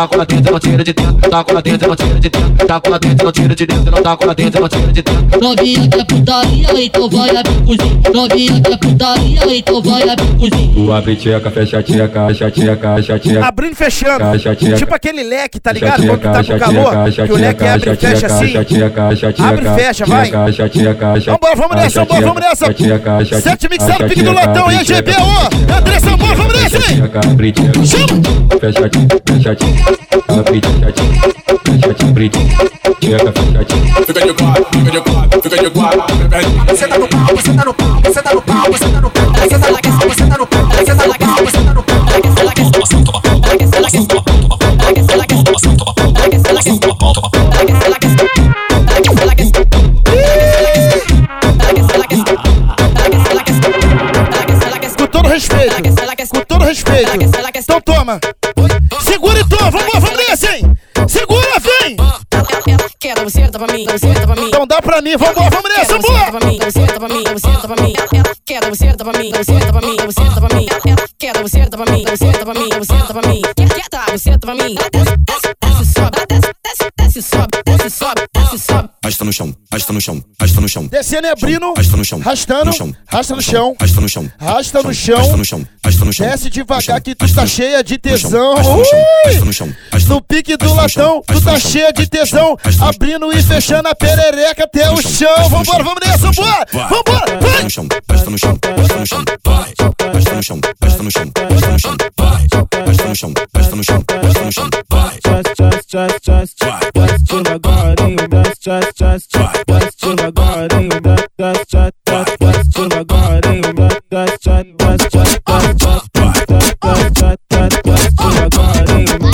tá com a dentro, não tira de dentro. Tá com a dentro, não tira de dentro. Tá com a dentro, não tira de dentro. Não tá com a dentro, não tira de dentro. Novinha que é putaria, então vai abrir cozinho. Novinha que é putaria, então vai abrir cozinho. Tu abre tcheca, fecha tcheca, fecha tcheca, fecha tcheca. Abrindo e fechando. Caixa, tcheca. Tipo aquele leque, tá ligado? Tcheca, Quando tá com caixa, calor, tcheca, que o leque tcheca, abre e fecha tcheca, assim. tcheca, tcheca, tcheca, Abre e fecha, vai. tcheca, tcheca, tcheca, Vambora, vamos nessa, vambora, vamos nessa. tcheca, tcheca, Sete mixado, tcheca, pique do tcheca, latão, tcheca, E G B tcheca, O. André Samor, vamos nessa, hein? Tcheca, abre tcheca. Chama. Fecha tcheca, fecha tcheca. Abre tcheca, fecha tcheca, abre tcheca, fecha tcheca. Fica de quatro, fica de quatro, fica de quatro. Você tá no pau, você tá no pau, você tá no pau, você tá no pau, você tá na questão, você tá no pau, você tá na questão, você tá no pau, ela quer ela quer ela quer ela quer ela quer ela quer ela quer ela quer Com todo respeito, com todo respeito. Então toma. Segura então, vambora, vamos nessa, hein? Segura, vem! Quero você tá pra mim, você tá pra mim. Então dá pra mim, vambora, vamos nessa, vambora! Você tá pra mim, você tá pra mim. Quero você tá pra mim, você tá pra mim, você tá pra mim. Quero você tá pra mim, você tá pra mim, você tá pra mim. Quer tá, você tá pra mim. Desce, sobe, desce, desce, sobe, desce, sobe, desce, sobe. Arrasta no chão, arrasta no chão, arrasta no chão. Descendo e abrindo, Arrasta no chão, arrastando, no chão, arrasta no chão, arrasta no chão, arrasta no chão, arrasta no chão, arrasta no chão. desce devagar que tu tá cheia de tesão. Arrasta no chão, Ui! No pique do latão, tu tá cheia de tesão, abrindo e fechando a perereca até o chão. Vambora, vamos nessa, vambora, vambora, vai! Arrasta no chão, arrasta no chão, arrasta no chão, vai! Arrasta no chão, arrasta no chão, arrasta no chão, vai! Arrasta no chão, arrasta no chão, arrasta no chão, vai! Just, just, just, just, just devagarinho, just, just, just, just devagarinho, just, just, just, just devagarinho, just, just, just, just, just just, just, just devagarinho.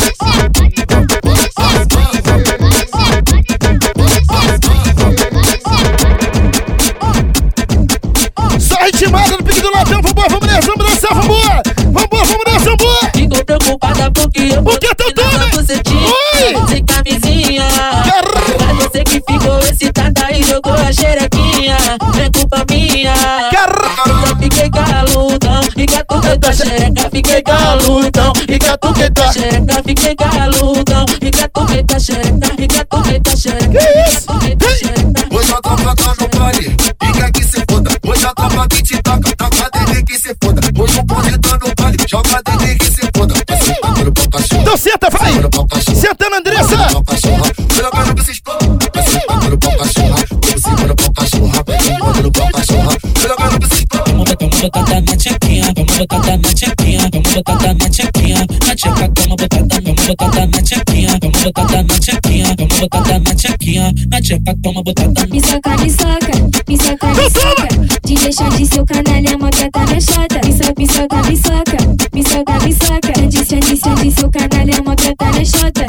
Só ritmada no pique do latão, vambora, vamos nessa, vamos nessa, vambora! Vambora, vamos nessa, vambora! Ficou preocupada porque eu Porque tu toma! sem camisinha. Mas você que ficou excitada e jogou a xerequinha. É culpa minha. Eu fiquei galudão e catuquei tua xereca. Fiquei galudão e catuquei tua xereca. Fiquei galudão e catuquei tua xereca. E catuquei tua xereca. Que isso? Hoje a tropa tá no baile, fica que se foda. Hoje a tropa que te taca, taca a dele que se foda. Hoje o bonde tá no baile, joga a dele que se foda. Então senta, vai! Sentando, Andressa! Vamos botar na tchequinha, vamos botar na tchequinha, vamos botar na tchequinha, na tcheca toma botada, vamos botar na tchequinha, vamos botar na tchequinha, vamos botar na tchequinha, na tcheca toma botada. Me soca, me soca, me soca, me soca. De deixar de seu canalha, uma trata na chota. Me soca, me soca, me soca, me soca, me soca. De deixar de, de seu canalha, uma trata na chota.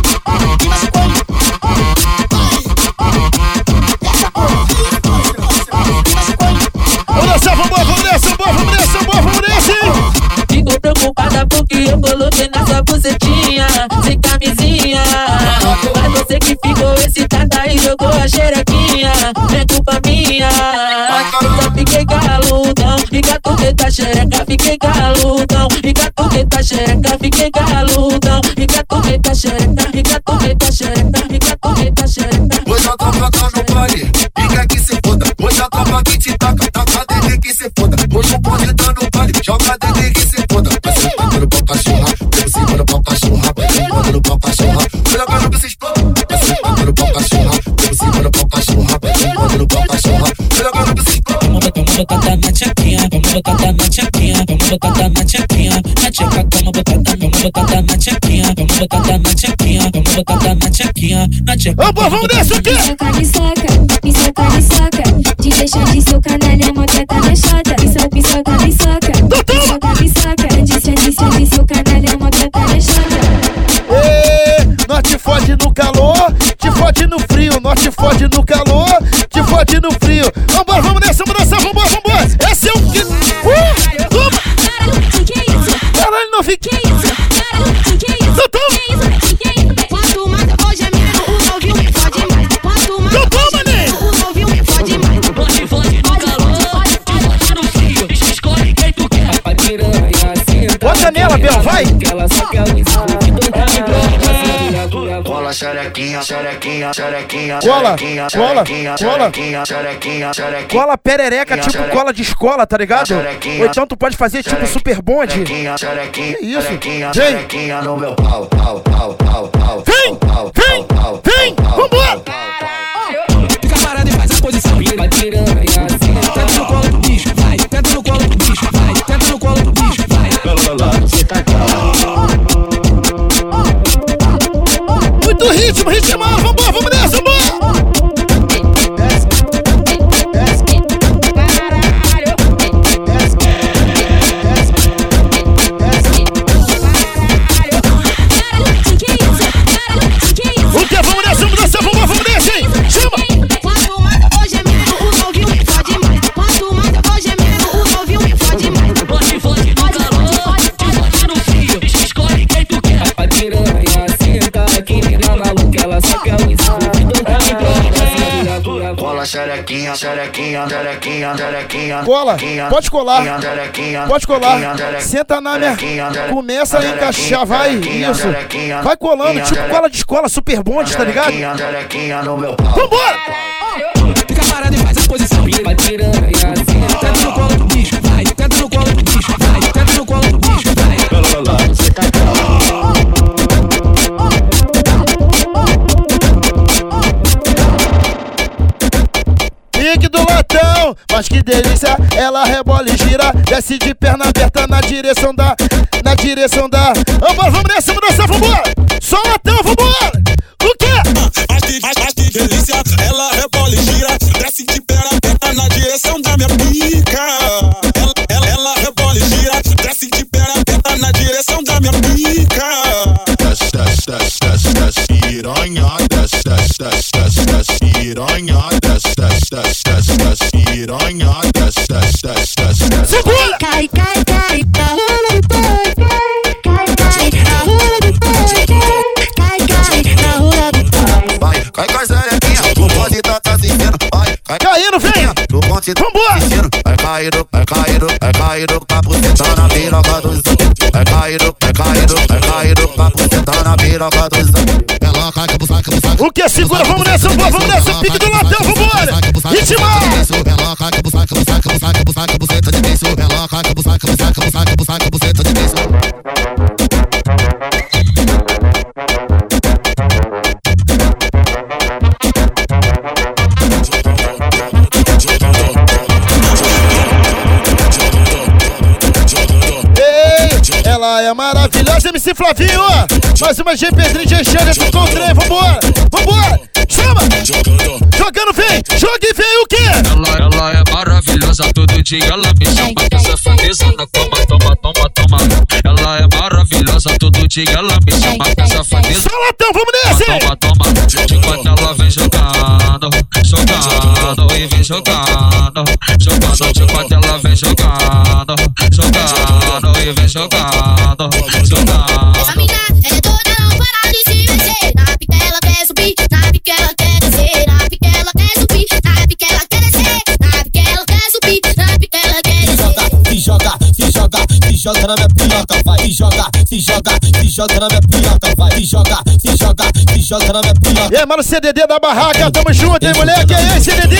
Vamos nessa, vambora, vamos nessa, vambora, vamos nessa, vambora, vamos nessa, hein? Ficou preocupada porque eu coloquei nessa bucetinha sem camisinha. Mas você que ficou excitada e jogou a xerequinha. É culpa minha. Só fiquei galudão e catuquei tua xereca. Fiquei galudão e catuquei tua xereca. Fiquei galudão e catuquei tua xereca. E catuquei tua xereca. E catuquei tua xereca. Hoje a tropa tá no baile, fica que se foda. Hoje a tropa que te taca, taca a dele que se foda. Hoje o bonde tá no baile, joga a dele que se foda. Vai sentando no pau cachorra, pelo cima no pau cachorra, vai sentando no pau cachorra. Joga no bicho explode, vai sentando no pau cachorra, pelo cima no pau cachorra, vai sentando no pau cachorra. Joga no bicho explode. Vamos botar na tchequinha, vamos botar na tchequinha, vamos botar na tchequinha, na tcheca toma botada, vamos botar na tchequinha, vamos botar na tchequinha, vamos botar na tchequinha, na tcheca. Vamos, vamos nessa aqui! Me soca, me soca, me soca, me soca. De deixar de seu canalha, uma trata na chota. Me soca, me soca, me soca, me soca, me soca. De deixar de, de seu canalha, uma trata na chota. Ê, nós te fode no calor, te fode no frio. Nós te fode no calor, te fode no frio. Vambora, vamos nessa, vamos nessa, vambora, vambora. Esse é o que... Uh, toma! Caralho, não fica... Não toma! Quanto mais eu vou gemendo, o novinho me fode mais. Quanto mais eu vou gemendo, o novinho me fode mais. Te fode no calor, te fode no frio. Escolhe quem tu quer. Bota nela, Bel, vai! Ela só quer o escudo. Cola, xerequinha, xerequinha, xerequinha, Cola, xerequinha, cola, xerequinha, cola. xerequinha, xerequinha, xerequinha. Cola perereca, tipo cola de escola, tá ligado? Ou então tu pode fazer tipo super bonde. Que isso? Vem! No meu pau, pau, pau, pau, pau. Vem! Vem! Vem! Vambora! Camarada e faz a posição. Vai tirando aí assim. Tenta no colo do bicho, vai. Tenta no colo do bicho, vai. Tenta no colo do bicho, vai. Você tá muito ritmo, ritmo, vambora, vamos nessa, vambora! O que? Vamos nessa, vamos nessa, vamos, vamos nessa, hein? Chama! Quanto mais eu vou gemendo, o novinho me fode mais. Quanto mais eu vou gemendo, o novinho me fode mais. Pode, fode no calor, te fode no frio. Escolhe quem tu quer. A piranha senta aqui, menina maluca, ela só quer o escudo. Cola, xerequinha, xerequinha, xerequinha, xerequinha. Cola, pode colar, pode colar. Senta na minha, começa a encaixar, vai, isso. Vai colando, tipo cola de escola, super bonde, tá ligado? Vambora! Camarada e faz a posição. Vai tirando aí assim. Tenta no colo do bicho, vai. Tenta no colo do bicho, vai. Tenta no colo do bicho, vai. Você tá Pique do latão, mas que delícia, ela rebola e gira, desce de perna aberta na direção da, na direção da. Vambora, vamos nessa, vamos nessa, vambora! Só latão, vambora! O quê? Mas que, mas que delícia, ela rebola e gira, desce de perna aberta na direção da minha pica. Ela, ela, ela rebola e gira, desce de perna aberta na direção da minha pica. Desce, desce, desce, desce, desce, piranha, desce, desce, desce, desce, desce, piranha, desce, desce, desce, desce, desce, piranha, desce, desce, desce, desce, desce. Segura! Cai, cai, cai, tá rolando boi. Cai, cai, tá rolando boi. Cai, cai, tá rolando boi. Vai, cai com as arequinhas, o bonde tá tá se vendo. Vai, cai caindo, vem! O bonde tá vambora! se vendo. Vai caindo, vai caindo, vai caindo, papo sentando na piroca dos outros. Vai caindo, vai caindo, vai caindo, papo sentando na piroca dos outros. Ela cai, cabu, sai, cabu, sai. O que? Segura, vamos nessa, vamos, vamos nessa, pique do latão, vambora! Ritmo! Ela cai, cabu, sai, cabu, sai, cabu, sai, cabu, sai, cabu, senta de beijo. Ela cai, cabu, sai, cabu, sai, cabu, sai, cabu, sai, cabu, senta de beijo. Ela é maravilhosa, M C Flavinho, ó. Mais uma G Pedrinho, G Xande, tu encontrei, vambora, vambora, chama! Jogando, vem, joga e vem o quê? Ela, ela é maravilhosa, todo dia ela me chama pra safadeza na cama, toma, toma, toma. Ela é maravilhosa, todo dia ela me chama pra safadeza. Só latão, vamos nessa, hein? Toma, toma, enquanto ela vem jogando, jogando e vem jogando, jogando, enquanto ela vem jogando, jogando e vem jogando, jogando. Essa mina é toda, não para de se mexer. Na pica ela quer subir, na pica ela quer descer. Na pica ela quer subir, na pica ela quer descer. Na pica ela quer subir, na pica ela quer descer. Se joga, se joga, se joga na minha piroca, vai. Se joga, se joga, se joga na minha piroca, vai. Se joga, se joga, se joga na minha piroca. E aí, mano, C D D da barraca, tamo junto, hein, moleque? E aí, C D D?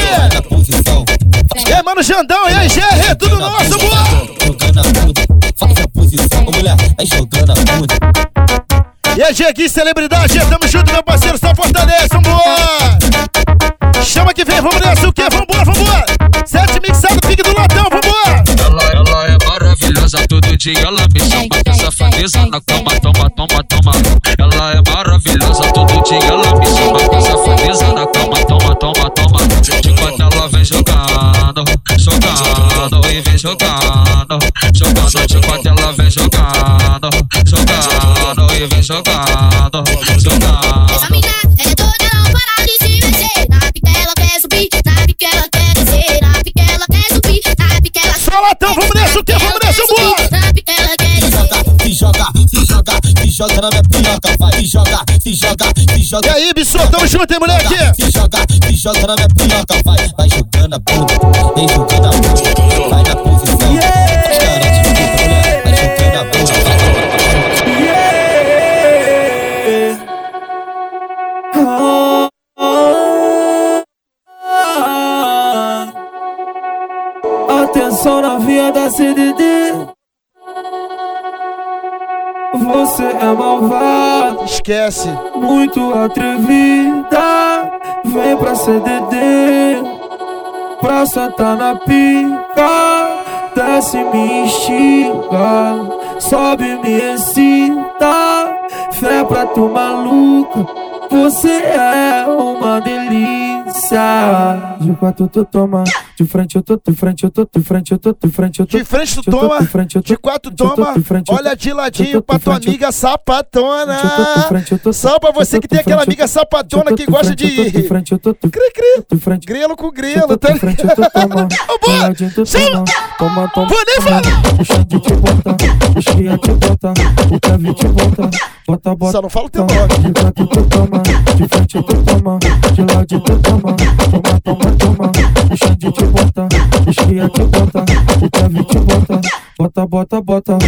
E aí, mano, Jandão, e aí, G R, tudo nosso, boa! Jogando a bunda, faz a posição, ô mulher, vai jogando a bunda. E aí, G, celebridade, tamo junto, meu parceiro, só fortalece, vambora! Chama que vem, vamos nessa, o quê? Vambora, vambora! Sete mixado, pique do latão, vambora! Ela, ela é maravilhosa, todo dia ela me chama pra safadeza na cama, toma, toma, toma. Ela é maravilhosa, todo dia ela me chama pra safadeza na cama, toma, toma, toma. Enquanto ela vem jogando, jogando e vem jogando, jogando, enquanto ela vem jogando, jogando e vem jogando, jogando. Essa mina é toda, não para de se mexer. Na pica ela quer subir, na pica ela quer descer. Na pica ela quer subir, na pica ela quer descer. Só latão, vamos nessa, o quê? Vamos nessa, boa! Na pica ela quer descer. Se joga, se joga, se joga na minha piroca, vai. Se joga, se joga, se joga. E aí, bicho, tamo junto, hein, moleque? Se joga, se joga na minha piroca, vai. Vai jogando a bunda, vem jogando a bunda. Vai na posição, os caras te ficam, mulher. Vai jogando a bunda, vai. Atenção na via da C D D. Você é malvada, esquece. Muito atrevida. Vem pra C D D, pra sentar na pica. Desce, me instiga, sobe, me excita. Fé pra tu maluca, você é uma delícia. De quatro tu toma, de frente eu tô, de frente eu tô, de frente eu tô, de frente eu tô. De frente tu toma, de quatro toma. Olha de ladinho pra tua amiga sapatona. Só pra você que tem aquela amiga sapatona que gosta de cri-cri, grelo com grelo, tá ligado? Ô, boa, chama! Toma, toma, vou nem falar. Deixa de te botar, deixa te botar, o Kevin te bota, bota, bota. Só não fala o teu nome. De quatro tu toma, de frente tu toma, de lado tu toma, toma, toma, toma. Deixa de te botar, deixa te botar, o Kevin te bota, bota, bota, bota.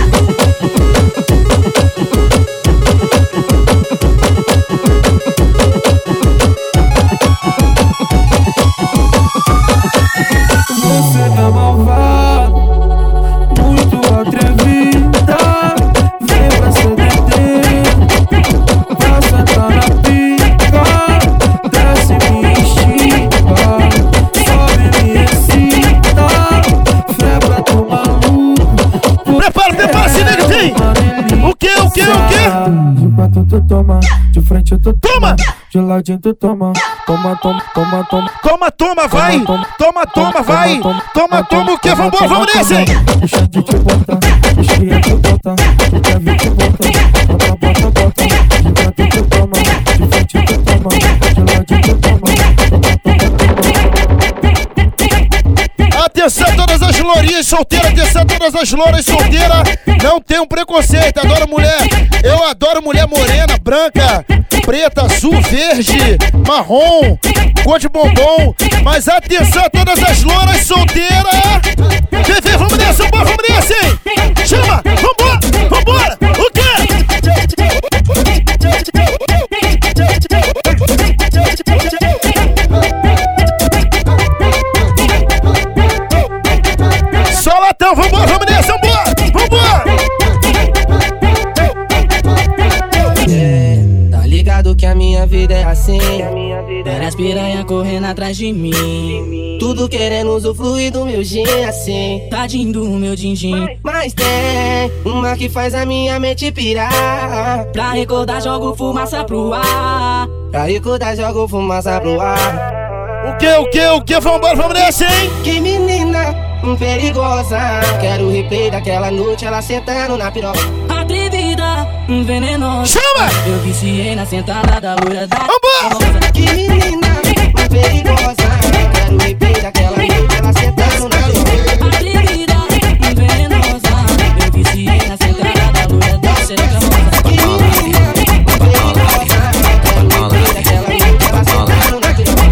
Você é malvada, muito atrevida. Vem pra C D D, pra sentar na pica. Desce, me instiga, sobe, me excita. Fé pra tu maluco. Prepara, prepara, se nega tem. O que, o que, o que? De quatro tu toma, de frente tu toma, de ladinho tu toma. Toma, toma, toma, toma. Toma, toma, vai. Toma, toma, vai. Toma, toma o que? Vambora, vamos nesse. Deixa de te botar, deixa de te botar, o Kevin te bota, bota, bota, bota. De quatro tu toma, de frente tu toma, de ladinho tu toma. Atenção todas as lourinhas solteiras, atenção todas as louras solteiras. Não tem um preconceito, adoro mulher. Eu adoro mulher morena, branca, preta, azul, verde, marrom, cor de bombom. Mas atenção a todas as louras solteiras. Vem, vem, vamos nessa, vamos, vamos nessa, hein? Chama, vambora, vambora. O quê? Só latão, vambora, vamos nessa, vambora, vambora. É, tá ligado que a minha vida é assim. Várias piranha correndo atrás de mim, tudo querendo usufruir do meu gin assim. Tadinho do meu din-din. Mas tem uma que faz a minha mente pirar. Pra recordar jogo fumaça pro ar. Pra recordar jogo fumaça pro ar. O que, o que, o que? Vambora, vamos nessa, hein? Que menina perigosa. Quero o replay daquela noite, ela sentando na piroca. Atrevida, venenosa. Chama! Eu viciei na sentada da loira da Vambora! Que menina perigosa. Quero o replay daquela noite, ela sentando na piroca. Atrevida, venenosa. Eu viciei na sentada da loira da xereca rosa. Que menina perigosa. Quero o replay daquela noite, ela sentando na piroca.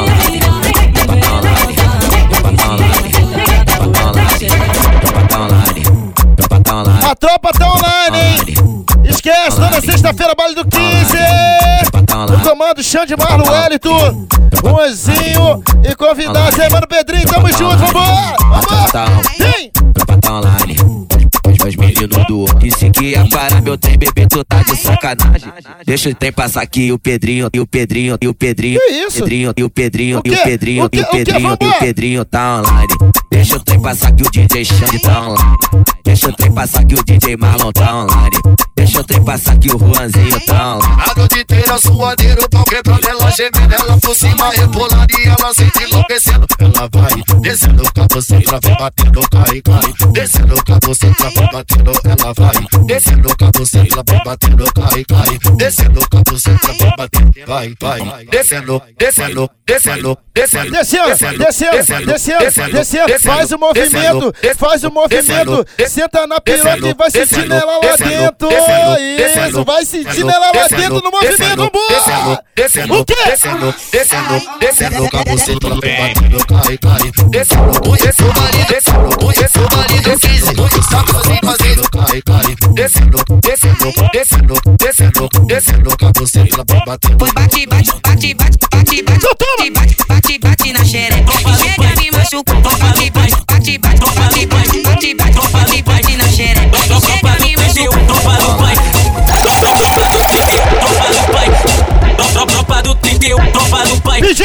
A tropa tá online, hein? Esquece, toda sexta-feira, baile do quinze. O comando Xande, Marlon, Wellington, Ruanzinho e convidados aí, mano Pedrinho, tamo junto, vambora! Vambora! Tem! Tropa tá online. Os meninos do disse que ia parar meu trem, bebê, tu tá de sacanagem. Deixa o trem passar aqui, o Pedrinho, e o Pedrinho, e o Pedrinho, que isso? Pedrinho, e o Pedrinho, o e o Pedrinho, o e o Pedrinho, e o Pedrinho tá online. Deixa o trem passar que o D J Xande tá online. Deixa o trem passar que o D J Marlon tá online. Deixa o trem passar que o Juanzinho tá online. A noite inteira suadeiro, pau quebrando, ela gemendo, ela por cima rebolando e ela sente enlouquecendo. Ela vai descendo com a buceta, vai batendo, cai, cai. Descendo com a buceta, vai batendo, ela vai descendo com a buceta, vai batendo, cai, cai. Descendo com a buceta, vai batendo, vai, vai. Descendo, descendo, descendo, descendo, descendo, descendo, descendo, descendo. Faz o movimento, faz o movimento. Senta na piroca e vai sentindo ela lá dentro. Isso, vai sentindo ela lá dentro no movimento, boa! O quê? Descendo, descendo, descendo com a buceta, vai batendo, cai, cai. Descendo, descendo, descendo, descendo, descendo, sabe fazer, fazendo, cai, cai. Descendo, descendo, descendo, descendo, descendo com a buceta, vai batendo. Foi bate, bate, bate, bate, bate, bate, bate, bate, bate na xereca. Chega me machucou, bate, bate, bate, bate,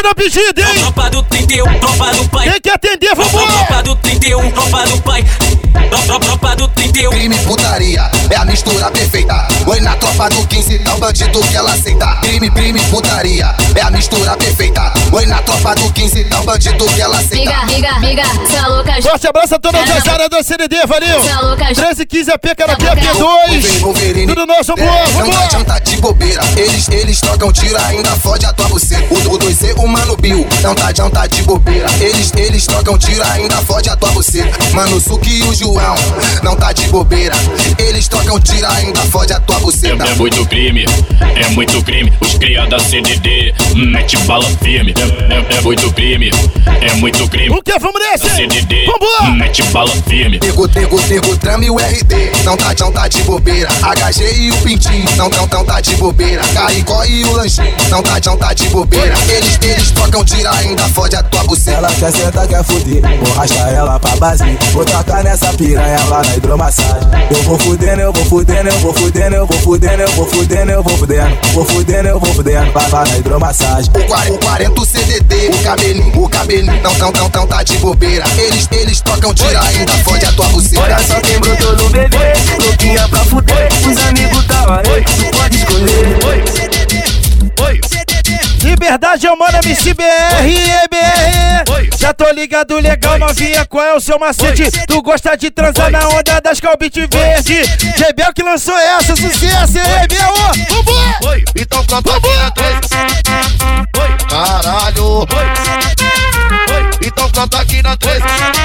atendendo a pedida, hein? Tropa do trinta e um, tropa do pai. Tem que atender, vambora! Tropa do trinta e um, tropa do pai. Tropa do trinta e um. Crime, putaria, é a mistura perfeita. Oi, na tropa do quinze, é o bandido que ela aceita. Crime, crime, putaria, é a mistura perfeita. Oi, na tropa do quinze, é o bandido que ela aceita. Miga, miga, miga, sua louca. Forte abraço a todas as áreas da C D D, valeu! treze e quinze A P, cara, P P dois. Tudo nosso, vambora, vambora! Não adianta de bobeira, eles, eles trocam tiro, ainda fode a tua buceta. O, o dois C, o Mano Bill, não tá adianta de bobeira. Eles, eles trocam tiro, ainda fode a tua buceta. Mano Suki e o João, não tá de bobeira. Eles trocam tiro, ainda fode a tua buceta. É, é muito crime, é muito crime. Os cria da C D D, mete bala firme. É, é, é muito crime, é muito crime. O que? Vamos nesse? C D D, vambora! mete bala firme. Pego, pego, pego, trame e o R D, não tá, não tá de bobeira. H G e o Pintinho, não, não, não tá de bobeira. Caricó e o Lanchinho, não tá, não tá de bobeira. Eles, eles trocam tiro, ainda fode a tua buceta. Ela quer sentar, quer fuder, vou rachar ela pra base. Vou tacar nessa piranha lá na hidromassagem. Eu vou fudendo, eu vou fudendo, eu vou fudendo, eu vou fudendo, eu vou fudendo, eu vou fudendo. Vou fudendo, eu vou fudendo, vai lá na hidromassagem. O quarenta, o C D D, o cabelinho, o cabelinho, não, não, não, não tá de bobeira. Eles, eles trocam tiro, ainda fode a tua buceta. Olha só quem brotou no bebê, louquinha pra fuder. Os amigos tá aí, tu pode escolher. Oi, oi. Liberdade é o mano M C B R, E B R. Já tô ligado legal, novinha, qual é o seu macete? Oi. Tu gosta de transar Oi. na onda das calbite verde. Rebel que lançou essa, sucesso, Rebel, vambora! Então canta aqui na três. Caralho. Então canta aqui na três.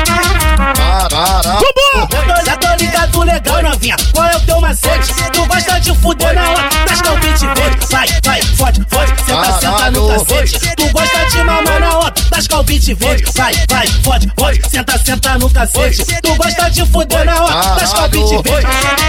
Caralho. Vambora! Já tô ligado legal, novinha, qual é o teu macete? Tu gosta de fuder na hora das calbite verde. Vai, vai, fode, fode, senta, senta no cacete. Tu gosta de mamar na hora das calbite verde. Vai, vai, fode, fode, senta, senta no cacete. Tu gosta de fuder na hora das calbite verde.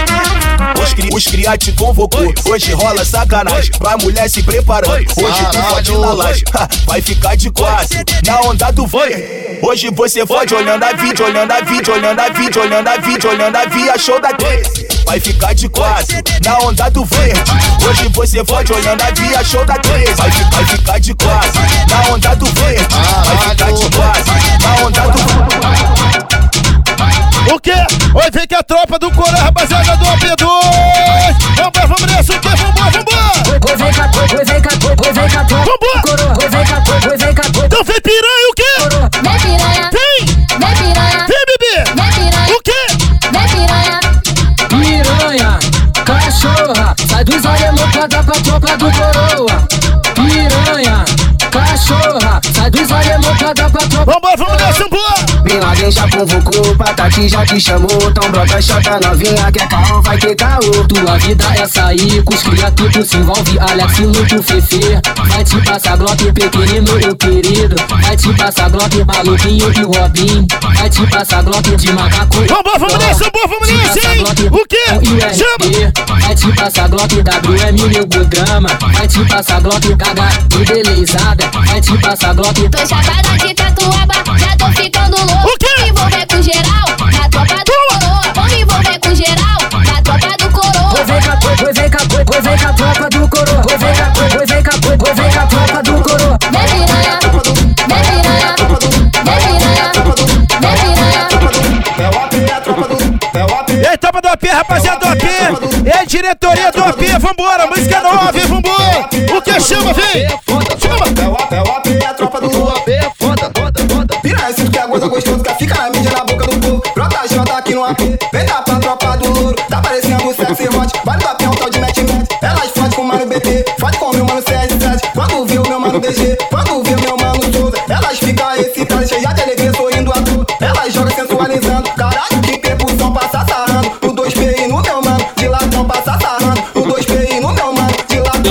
Os, cri, os cria te convocou, hoje rola sacanagem. Pra mulher se preparando, hoje tu fode na laje. Vai ficar de quatro, na onda do vai. Hoje você fode olhando a vídeo, olhando a vídeo, olhando a vídeo, olhando a vídeo, olhando a via show da treze. Vai ficar de quatro, na onda do verde. Hoje você fode olhando a via show da treze. Vai, vai ficar de quatro, na onda do verde. Vai ficar de quatro, na onda do... O quê? Oi, vem que a tropa do Coro, rapaziada do A P dois. Vambora, vamos nessa, o quê? Vambora, vambora! Oi, vem cá, oi, vem cá, oi, vem cá, vambora! Oi, vem cá, oi, vem cá, então vem piranha, o quê? Vem piranha! Vem! Vem piranha! Vem, bebê! Vem piranha! O quê? Vem piranha! Piranha, cachorra, sai dos alemão pra dar pra tropa do Coroa. Piranha, cachorra, sai dos alemão pra dar pra tropa. Vambora, vamos nessa, vambora! Bin Laden já convocou, Patati já te chamou. Então brota, chota novinha, quer caô, vai ter caô. Tua vida é sair, com os cria tudo se envolve. Alex, Luto, Fefe, vai te passar Glock, pequenino, o querido. Vai te passar Glock, maluquinho e Robin. Vai te passar Glock de macaco. Vambora, vamos nessa, vambora, vamos nessa, hein? O quê? Chama! Vai te passar Glock, W M, meu grama. Vai te passar Glock, caga e belezada. Vai te passar Glock. Tô chapada de catuaba, já tô ficando louco. O quê? Vou me envolver com geral, na tropa do Coroa. Vou me envolver com geral, na tropa do Coroa. Oi, vem cá, oi, vem cá, oi, vem cá, tropa do Coroa. Oi, vem cá, oi, vem cá, oi, vem cá, tropa do Coroa. Vem piranha, vem piranha, vem piranha, vem piranha. É o A P, é a tropa do... É o A P. E aí, tropa do A P, rapaziada do A P. E aí, diretoria do A P, vambora, música nova, vem, vambora. O que chama, vem? Chama! É o A P, é o A P, é a tropa do A P. Foda, foda, foda. Piranha, sinto que é gostoso, gostoso, que fica na mídia, na boca do povo. Brota, janta aqui no A P. Vem dar pra tropa do louro. Tá parecendo um sexy hot. Vai no A P, é um tal de match-match. Elas fode com o mano B T. Fode com o meu mano C S sete. Quando vê o meu mano D G. Quando vê o meu mano Souza. Elas ficam excitadas, cheias de alegria, sorrindo à toa. Elas jogam sensualizando. Caralho, que percussão, passa sarrando. O dois P I no meu mano. De latão, passa sarrando. O dois P I no meu mano. De latão.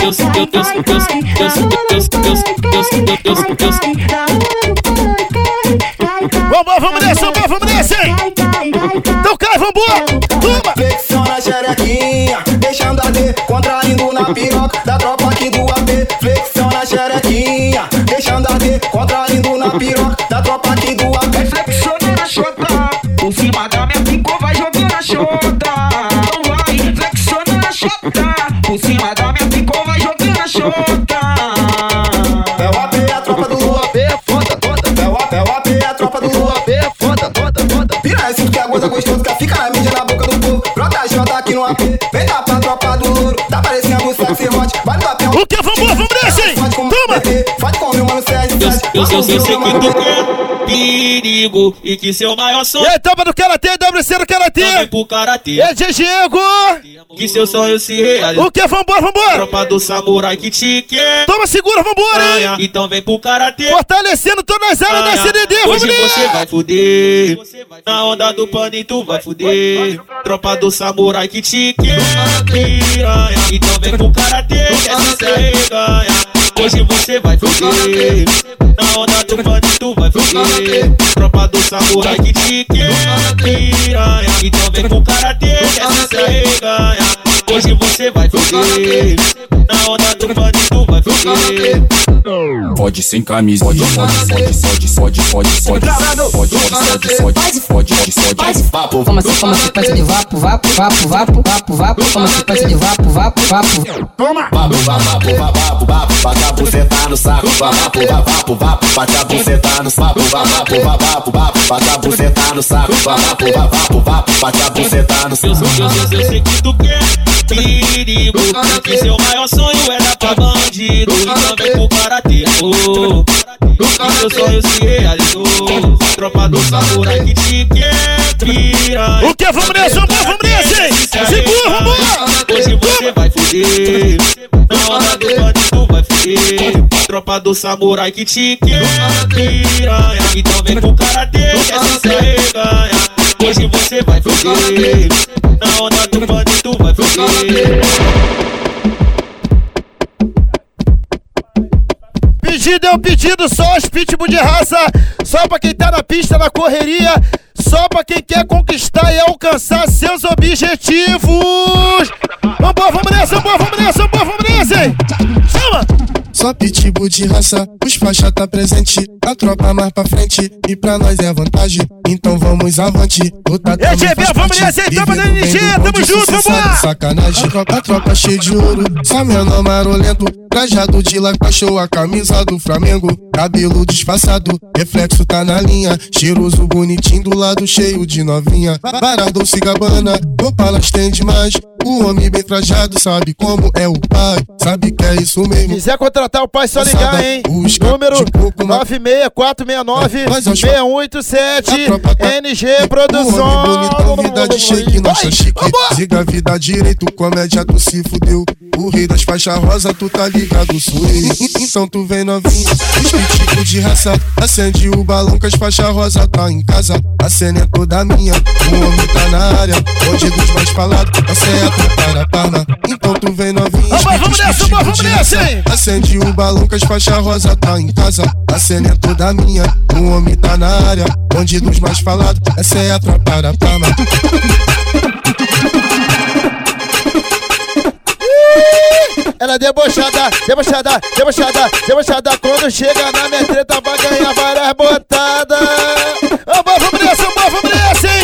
Vambora, vamos nessa, vambora, vamos nessa, hein? Então cai, vambora! Toma! Flexiona a xerequinha, deixando arder, contraindo na piroca da tropa aqui do A P. Flexiona a xerequinha, deixando arder, contraindo na piroca da tropa aqui do A P. Flexiona na chota, por cima da minha pico vai jogando a chota. Não vai, flexiona na chota, por cima da minha pico vai jogando a chota. É o A P, a tropa Eu, eu, eu sei que tu quer perigo e que seu maior sonho. E aí, toma do Karatê, W C do Karatê. Também pro Karatê. E aí, Diego. Que seu sonho se realize. O que? Vambora, vambora. Tropa do samurai que te quer. Toma, segura, vambora, hein. Então vem pro Karatê. Fortalecendo todas as áreas da C D D, vamos Hoje você vai fuder. Na onda do pano tu vai fuder. Tropa do samurai que te quer. Piranha. Então vem pro Karatê, que essa cê ganha. Hoje você vai fuder. Na onda do pano tu vai fuder. Tropa do samurai que te quer. Piranha. Então vem pro Karatê, que essa cê ganha. Hoje você vai fuder. Na onda do pano tu vai fuder. Pode sem camisa, pode, pode, pode, pode, pode, pode, pode, pode, pode, pode, pode, pode, pode, vapo, como assim, como sequência de vapo, vapo, vapo, vapo, vapo, vapo, como sequência de vapo, vapo, vapo. Toma! Vapo, vapo, vapo, vapo, bate a buceta no saco, vapo, vapo, vapo, bate a buceta no saco, vapo, vapo, vapo, bate a buceta no saco, vapo, vapo, vapo, bate a buceta no saco. Eu sei que tu quer perigo, que seu maior sonho é dar pra bandido. Então vem pro Karatê, oh, que seu sonho se realizou. Tropa do samurai que te quer, piranha. O que? Vamos nessa, vamos nessa, hein? Segura, vambora. Hoje você vai fuder. Na onda do pano tu vai fuder. Tropa do samurai que te quer, piranha. Então vem pro Karatê, que essa cê ganha. Hoje você vai fuder. Na onda do pano tu vai fuder. Pedido é um pedido, só os pitbull de raça. Só pra quem tá na pista, na correria. Só pra quem quer conquistar e alcançar seus objetivos. Vambora, vamos nessa, vambora, vamos nessa, vambora, vamos nessa, hein? Chama! Só pitbull de raça, os faixa tá presente. A tropa mais pra frente e pra nós é vantagem. Então vamos avante. Luta também faz parte. Vamos nessa, hein? Tamo na N G, tamo junto, vambora! Sacanagem, a tropa, a tropa cheia de ouro. Só menor marolento. Trajado de lacachou, a camisa do Flamengo. Cabelo disfarçado, reflexo tá na linha. Cheiroso, bonitinho, do lado cheio de novinha. Parado, se gabana, roupas tem demais. O homem bem trajado sabe como é o pai. Sabe que é isso mesmo. Quiser contratar o pai, só ligar, hein? Número nove seis quatro seis nove seis um oito sete. N G Produções. O homem bonitão, vida de shake, nossa chique. Diga a vida direito, comédia tu se fudeu. O rei das faixas rosa, tu tá ligado, sou ele. Então tu vem novinho, espírito de raça. Acende o balão que as faixas rosa tá em casa. A cena é toda minha, o homem tá na área. Onde dos mais falados, essa é a para palma. Então tu vem novinho, vamos nessa, vamos nessa, hein? Acende o balão que as faixas rosa tá em casa. A cena é toda minha, o homem tá na área. Onde dos mais falados, essa é a para palma. Ela é debochada, debochada, debochada, debochada. Quando chega na minha treta vai ganhar várias botadas. Vamos, vamos nessa, vamos, vamos nessa, hein?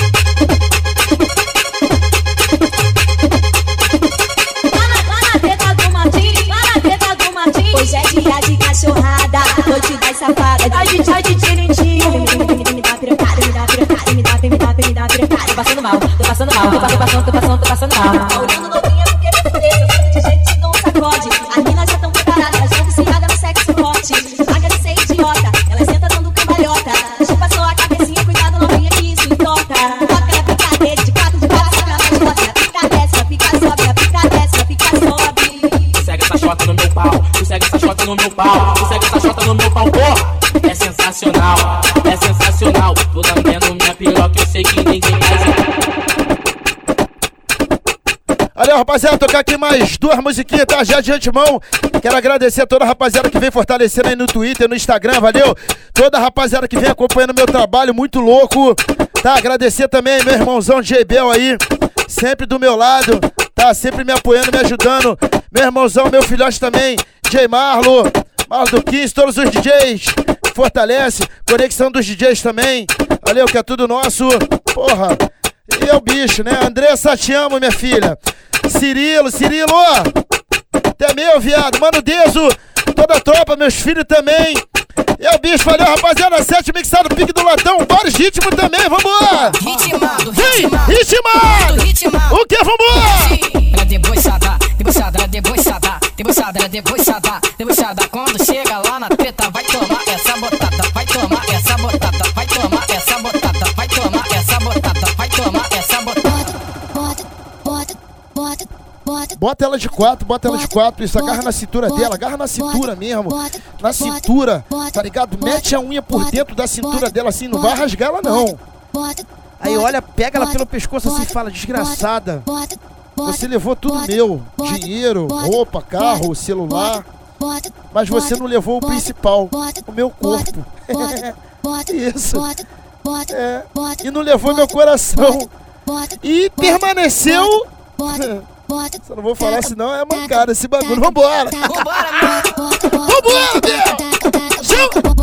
Hoje é dia de cachorrada, noite das safadas. Ai de tchau de tirintinho. Me dá pirocada, me dá pirocada, me dá, me dá, me dá pirocada. Tô passando mal, tô passando mal, tô passando, tô passando, tô passando mal. Tá olhando novinha porque me fudeu, de jeito te dou um sacode. As minas já tão preparadas, elas vão viciadas no sexo forte. Larga de ser idiota, elas sentam dando cambalhota. Chupa só a cabecinha, cuidado novinha que isso entorta. Toca a picadeira, de quatro de quatro, sabe a mais forte. Pica desce, pica sobe, pica desce, pica sobe. Segue essa chota no meu pau. Segue essa chota no meu pau, segue essa chota no meu pau, porra! É sensacional, é sensacional. Tô lambendo minha piroca, eu sei que ninguém mais. Valeu, rapaziada, tocar aqui mais duas musiquinhas, tá? Já de antemão. Quero agradecer a toda a rapaziada que vem fortalecendo aí no Twitter, no Instagram, valeu? Toda a rapaziada que vem acompanhando meu trabalho, muito louco. Tá? Agradecer também meu irmãozão J Bel aí, sempre do meu lado, tá? Sempre me apoiando, me ajudando. Meu irmãozão, meu filhote também, J Marlo, Marlo do quinze, todos os D Js, fortalece, conexão dos D Js também, valeu, que é tudo nosso, porra, e é o bicho, né? Andressa, te amo, minha filha, Cirilo, Cirilo, até meu, viado, Mano Deso, toda a tropa, meus filhos também, e é o bicho, valeu, rapaziada, sete mixado, pique do latão, vários ritmos também, vambora! Ritmado, vem, ritmado, ritmado, o que, vambora? Ela debochada, debochada, debochada, debochada, debochada, debochada. Quando chega lá na treta vai tomar essa Bota ela de quatro, bota ela de quatro, isso, agarra na cintura dela, agarra na cintura mesmo, na cintura, tá ligado? Mete a unha por dentro da cintura dela assim, não vai rasgar ela não. Aí olha, pega ela pelo pescoço assim e fala, desgraçada, você levou tudo meu, dinheiro, roupa, carro, celular, mas você não levou o principal, o meu corpo. Isso, é. E não levou meu coração, e permaneceu... Só não vou falar, senão é mancada esse bagulho. Vambora! Vambora, mano! Vambora, meu! Chama!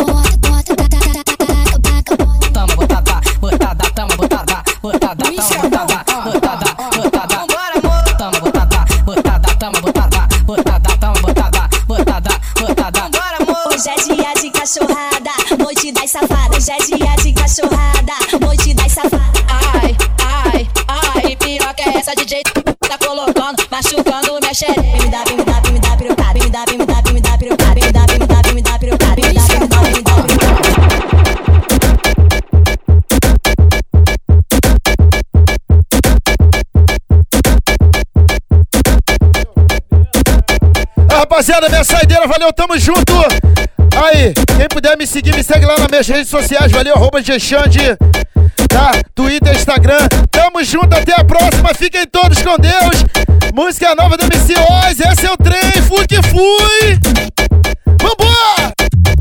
Tamo botada, botada, tamo botada, botada, tamo botada, botada, botada. Vambora, amor! Tamo botada, botada, tamo botada, botada, tamo botada, botada, botada. Vambora, amor! Hoje é dia de cachorrada, noite das safadas. Hoje é dia de cachorrada, noite das safadas. Ai, ai, ai, pior que essa D J tá colocando, machucando minha xereca. Me dá, me dá, me dá pirocada, me dá, me dá, me dá pirocada, me dá, me dá, me dá pirocada, me dá, me dá, me dá pirocada. Rapaziada, minha saideira, valeu, tamo junto. Aí, quem puder me seguir, me segue lá nas minhas redes sociais, valeu, arroba Gexande, tá? Twitter, Instagram, tamo junto, até a próxima, fiquem todos com Deus. Música nova do M C Oz, esse é o trem, fui que fui. Vambora!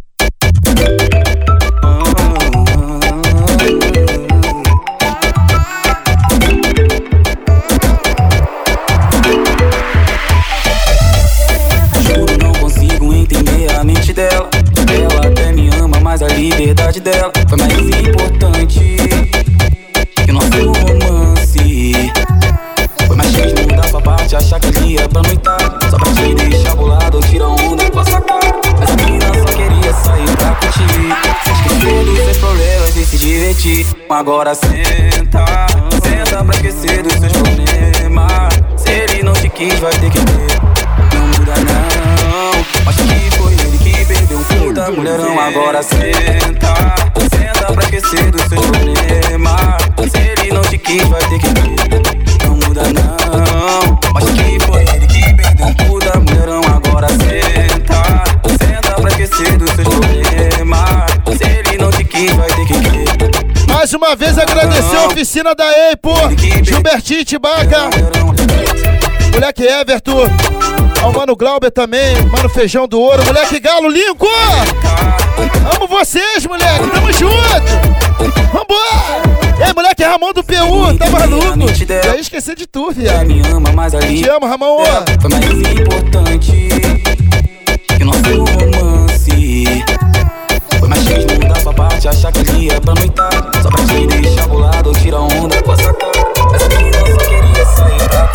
Juro, não consigo entender a mente dela. Ela até me ama, mas a liberdade dela foi mais importante que o nosso romance. Foi mais mesmo da sua parte achar que ele ia pra noitar, só pra te deixar bolado ou tirar onda com a sua cara. Mas a menina só queria sair pra curtir, se esquecer dos seus problemas e se divertir. Agora senta, senta pra esquecer dos seus problemas. Se ele não te quis, vai ter que ver. Não muda não, acho que foi ele que perdeu um puta mulherão. Agora senta, senta pra esquecer dos seus problemas. Se ele não te quis, vai ter que ver. Não muda não, acho que foi ele que perdeu um puta mulherão. Agora senta, senta pra esquecer dos seus problemas. Se ele não te quis, vai ter que ver. Mais uma vez agradecer a oficina da E I, pô, Gilbertinho Tibaca, moleque Everton, ao Mano Glauber também, Mano Feijão do Ouro, moleque Galo Lincoln. Amo vocês, moleque, tamo junto. Vambora. E aí, moleque Ramon do P U, tá maluco? Já ia esquecer de tu, viado. Te amo, Ramon. Foi mais importante que o nosso romance. Foi mais mesmo da sua parte achar que ele ia pra noitar, só pra te deixar bolado ou tirar onda com a sua cara. Essa menina só queria sair pra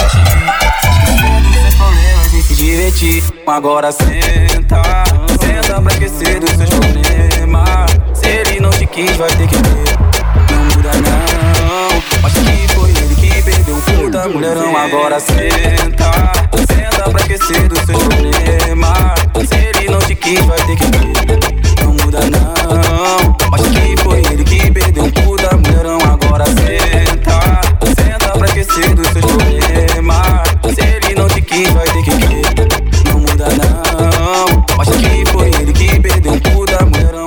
curtir, e se divertir. Agora senta, senta pra esquecer dos seus problemas. Se ele não te quis, vai ter que ver. Não muda não, acho que foi ele que perdeu um puta mulherão. Agora senta, senta pra esquecer dos seus problemas. Se ele não te quis, vai ter que ver. Não muda não, acho que foi ele que perdeu um puta mulherão. Agora senta, senta pra esquecer dos seus problemas. Se ele não te quis, vai ter que ver. Não muda não, acho que foi ele que perdeu um puta mulherão.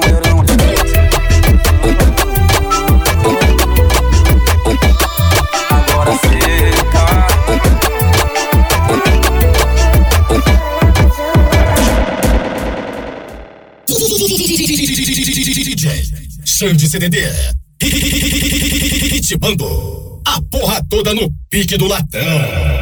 Agora senta. D J Xande C D D Ritmando a porra toda no pique do latão.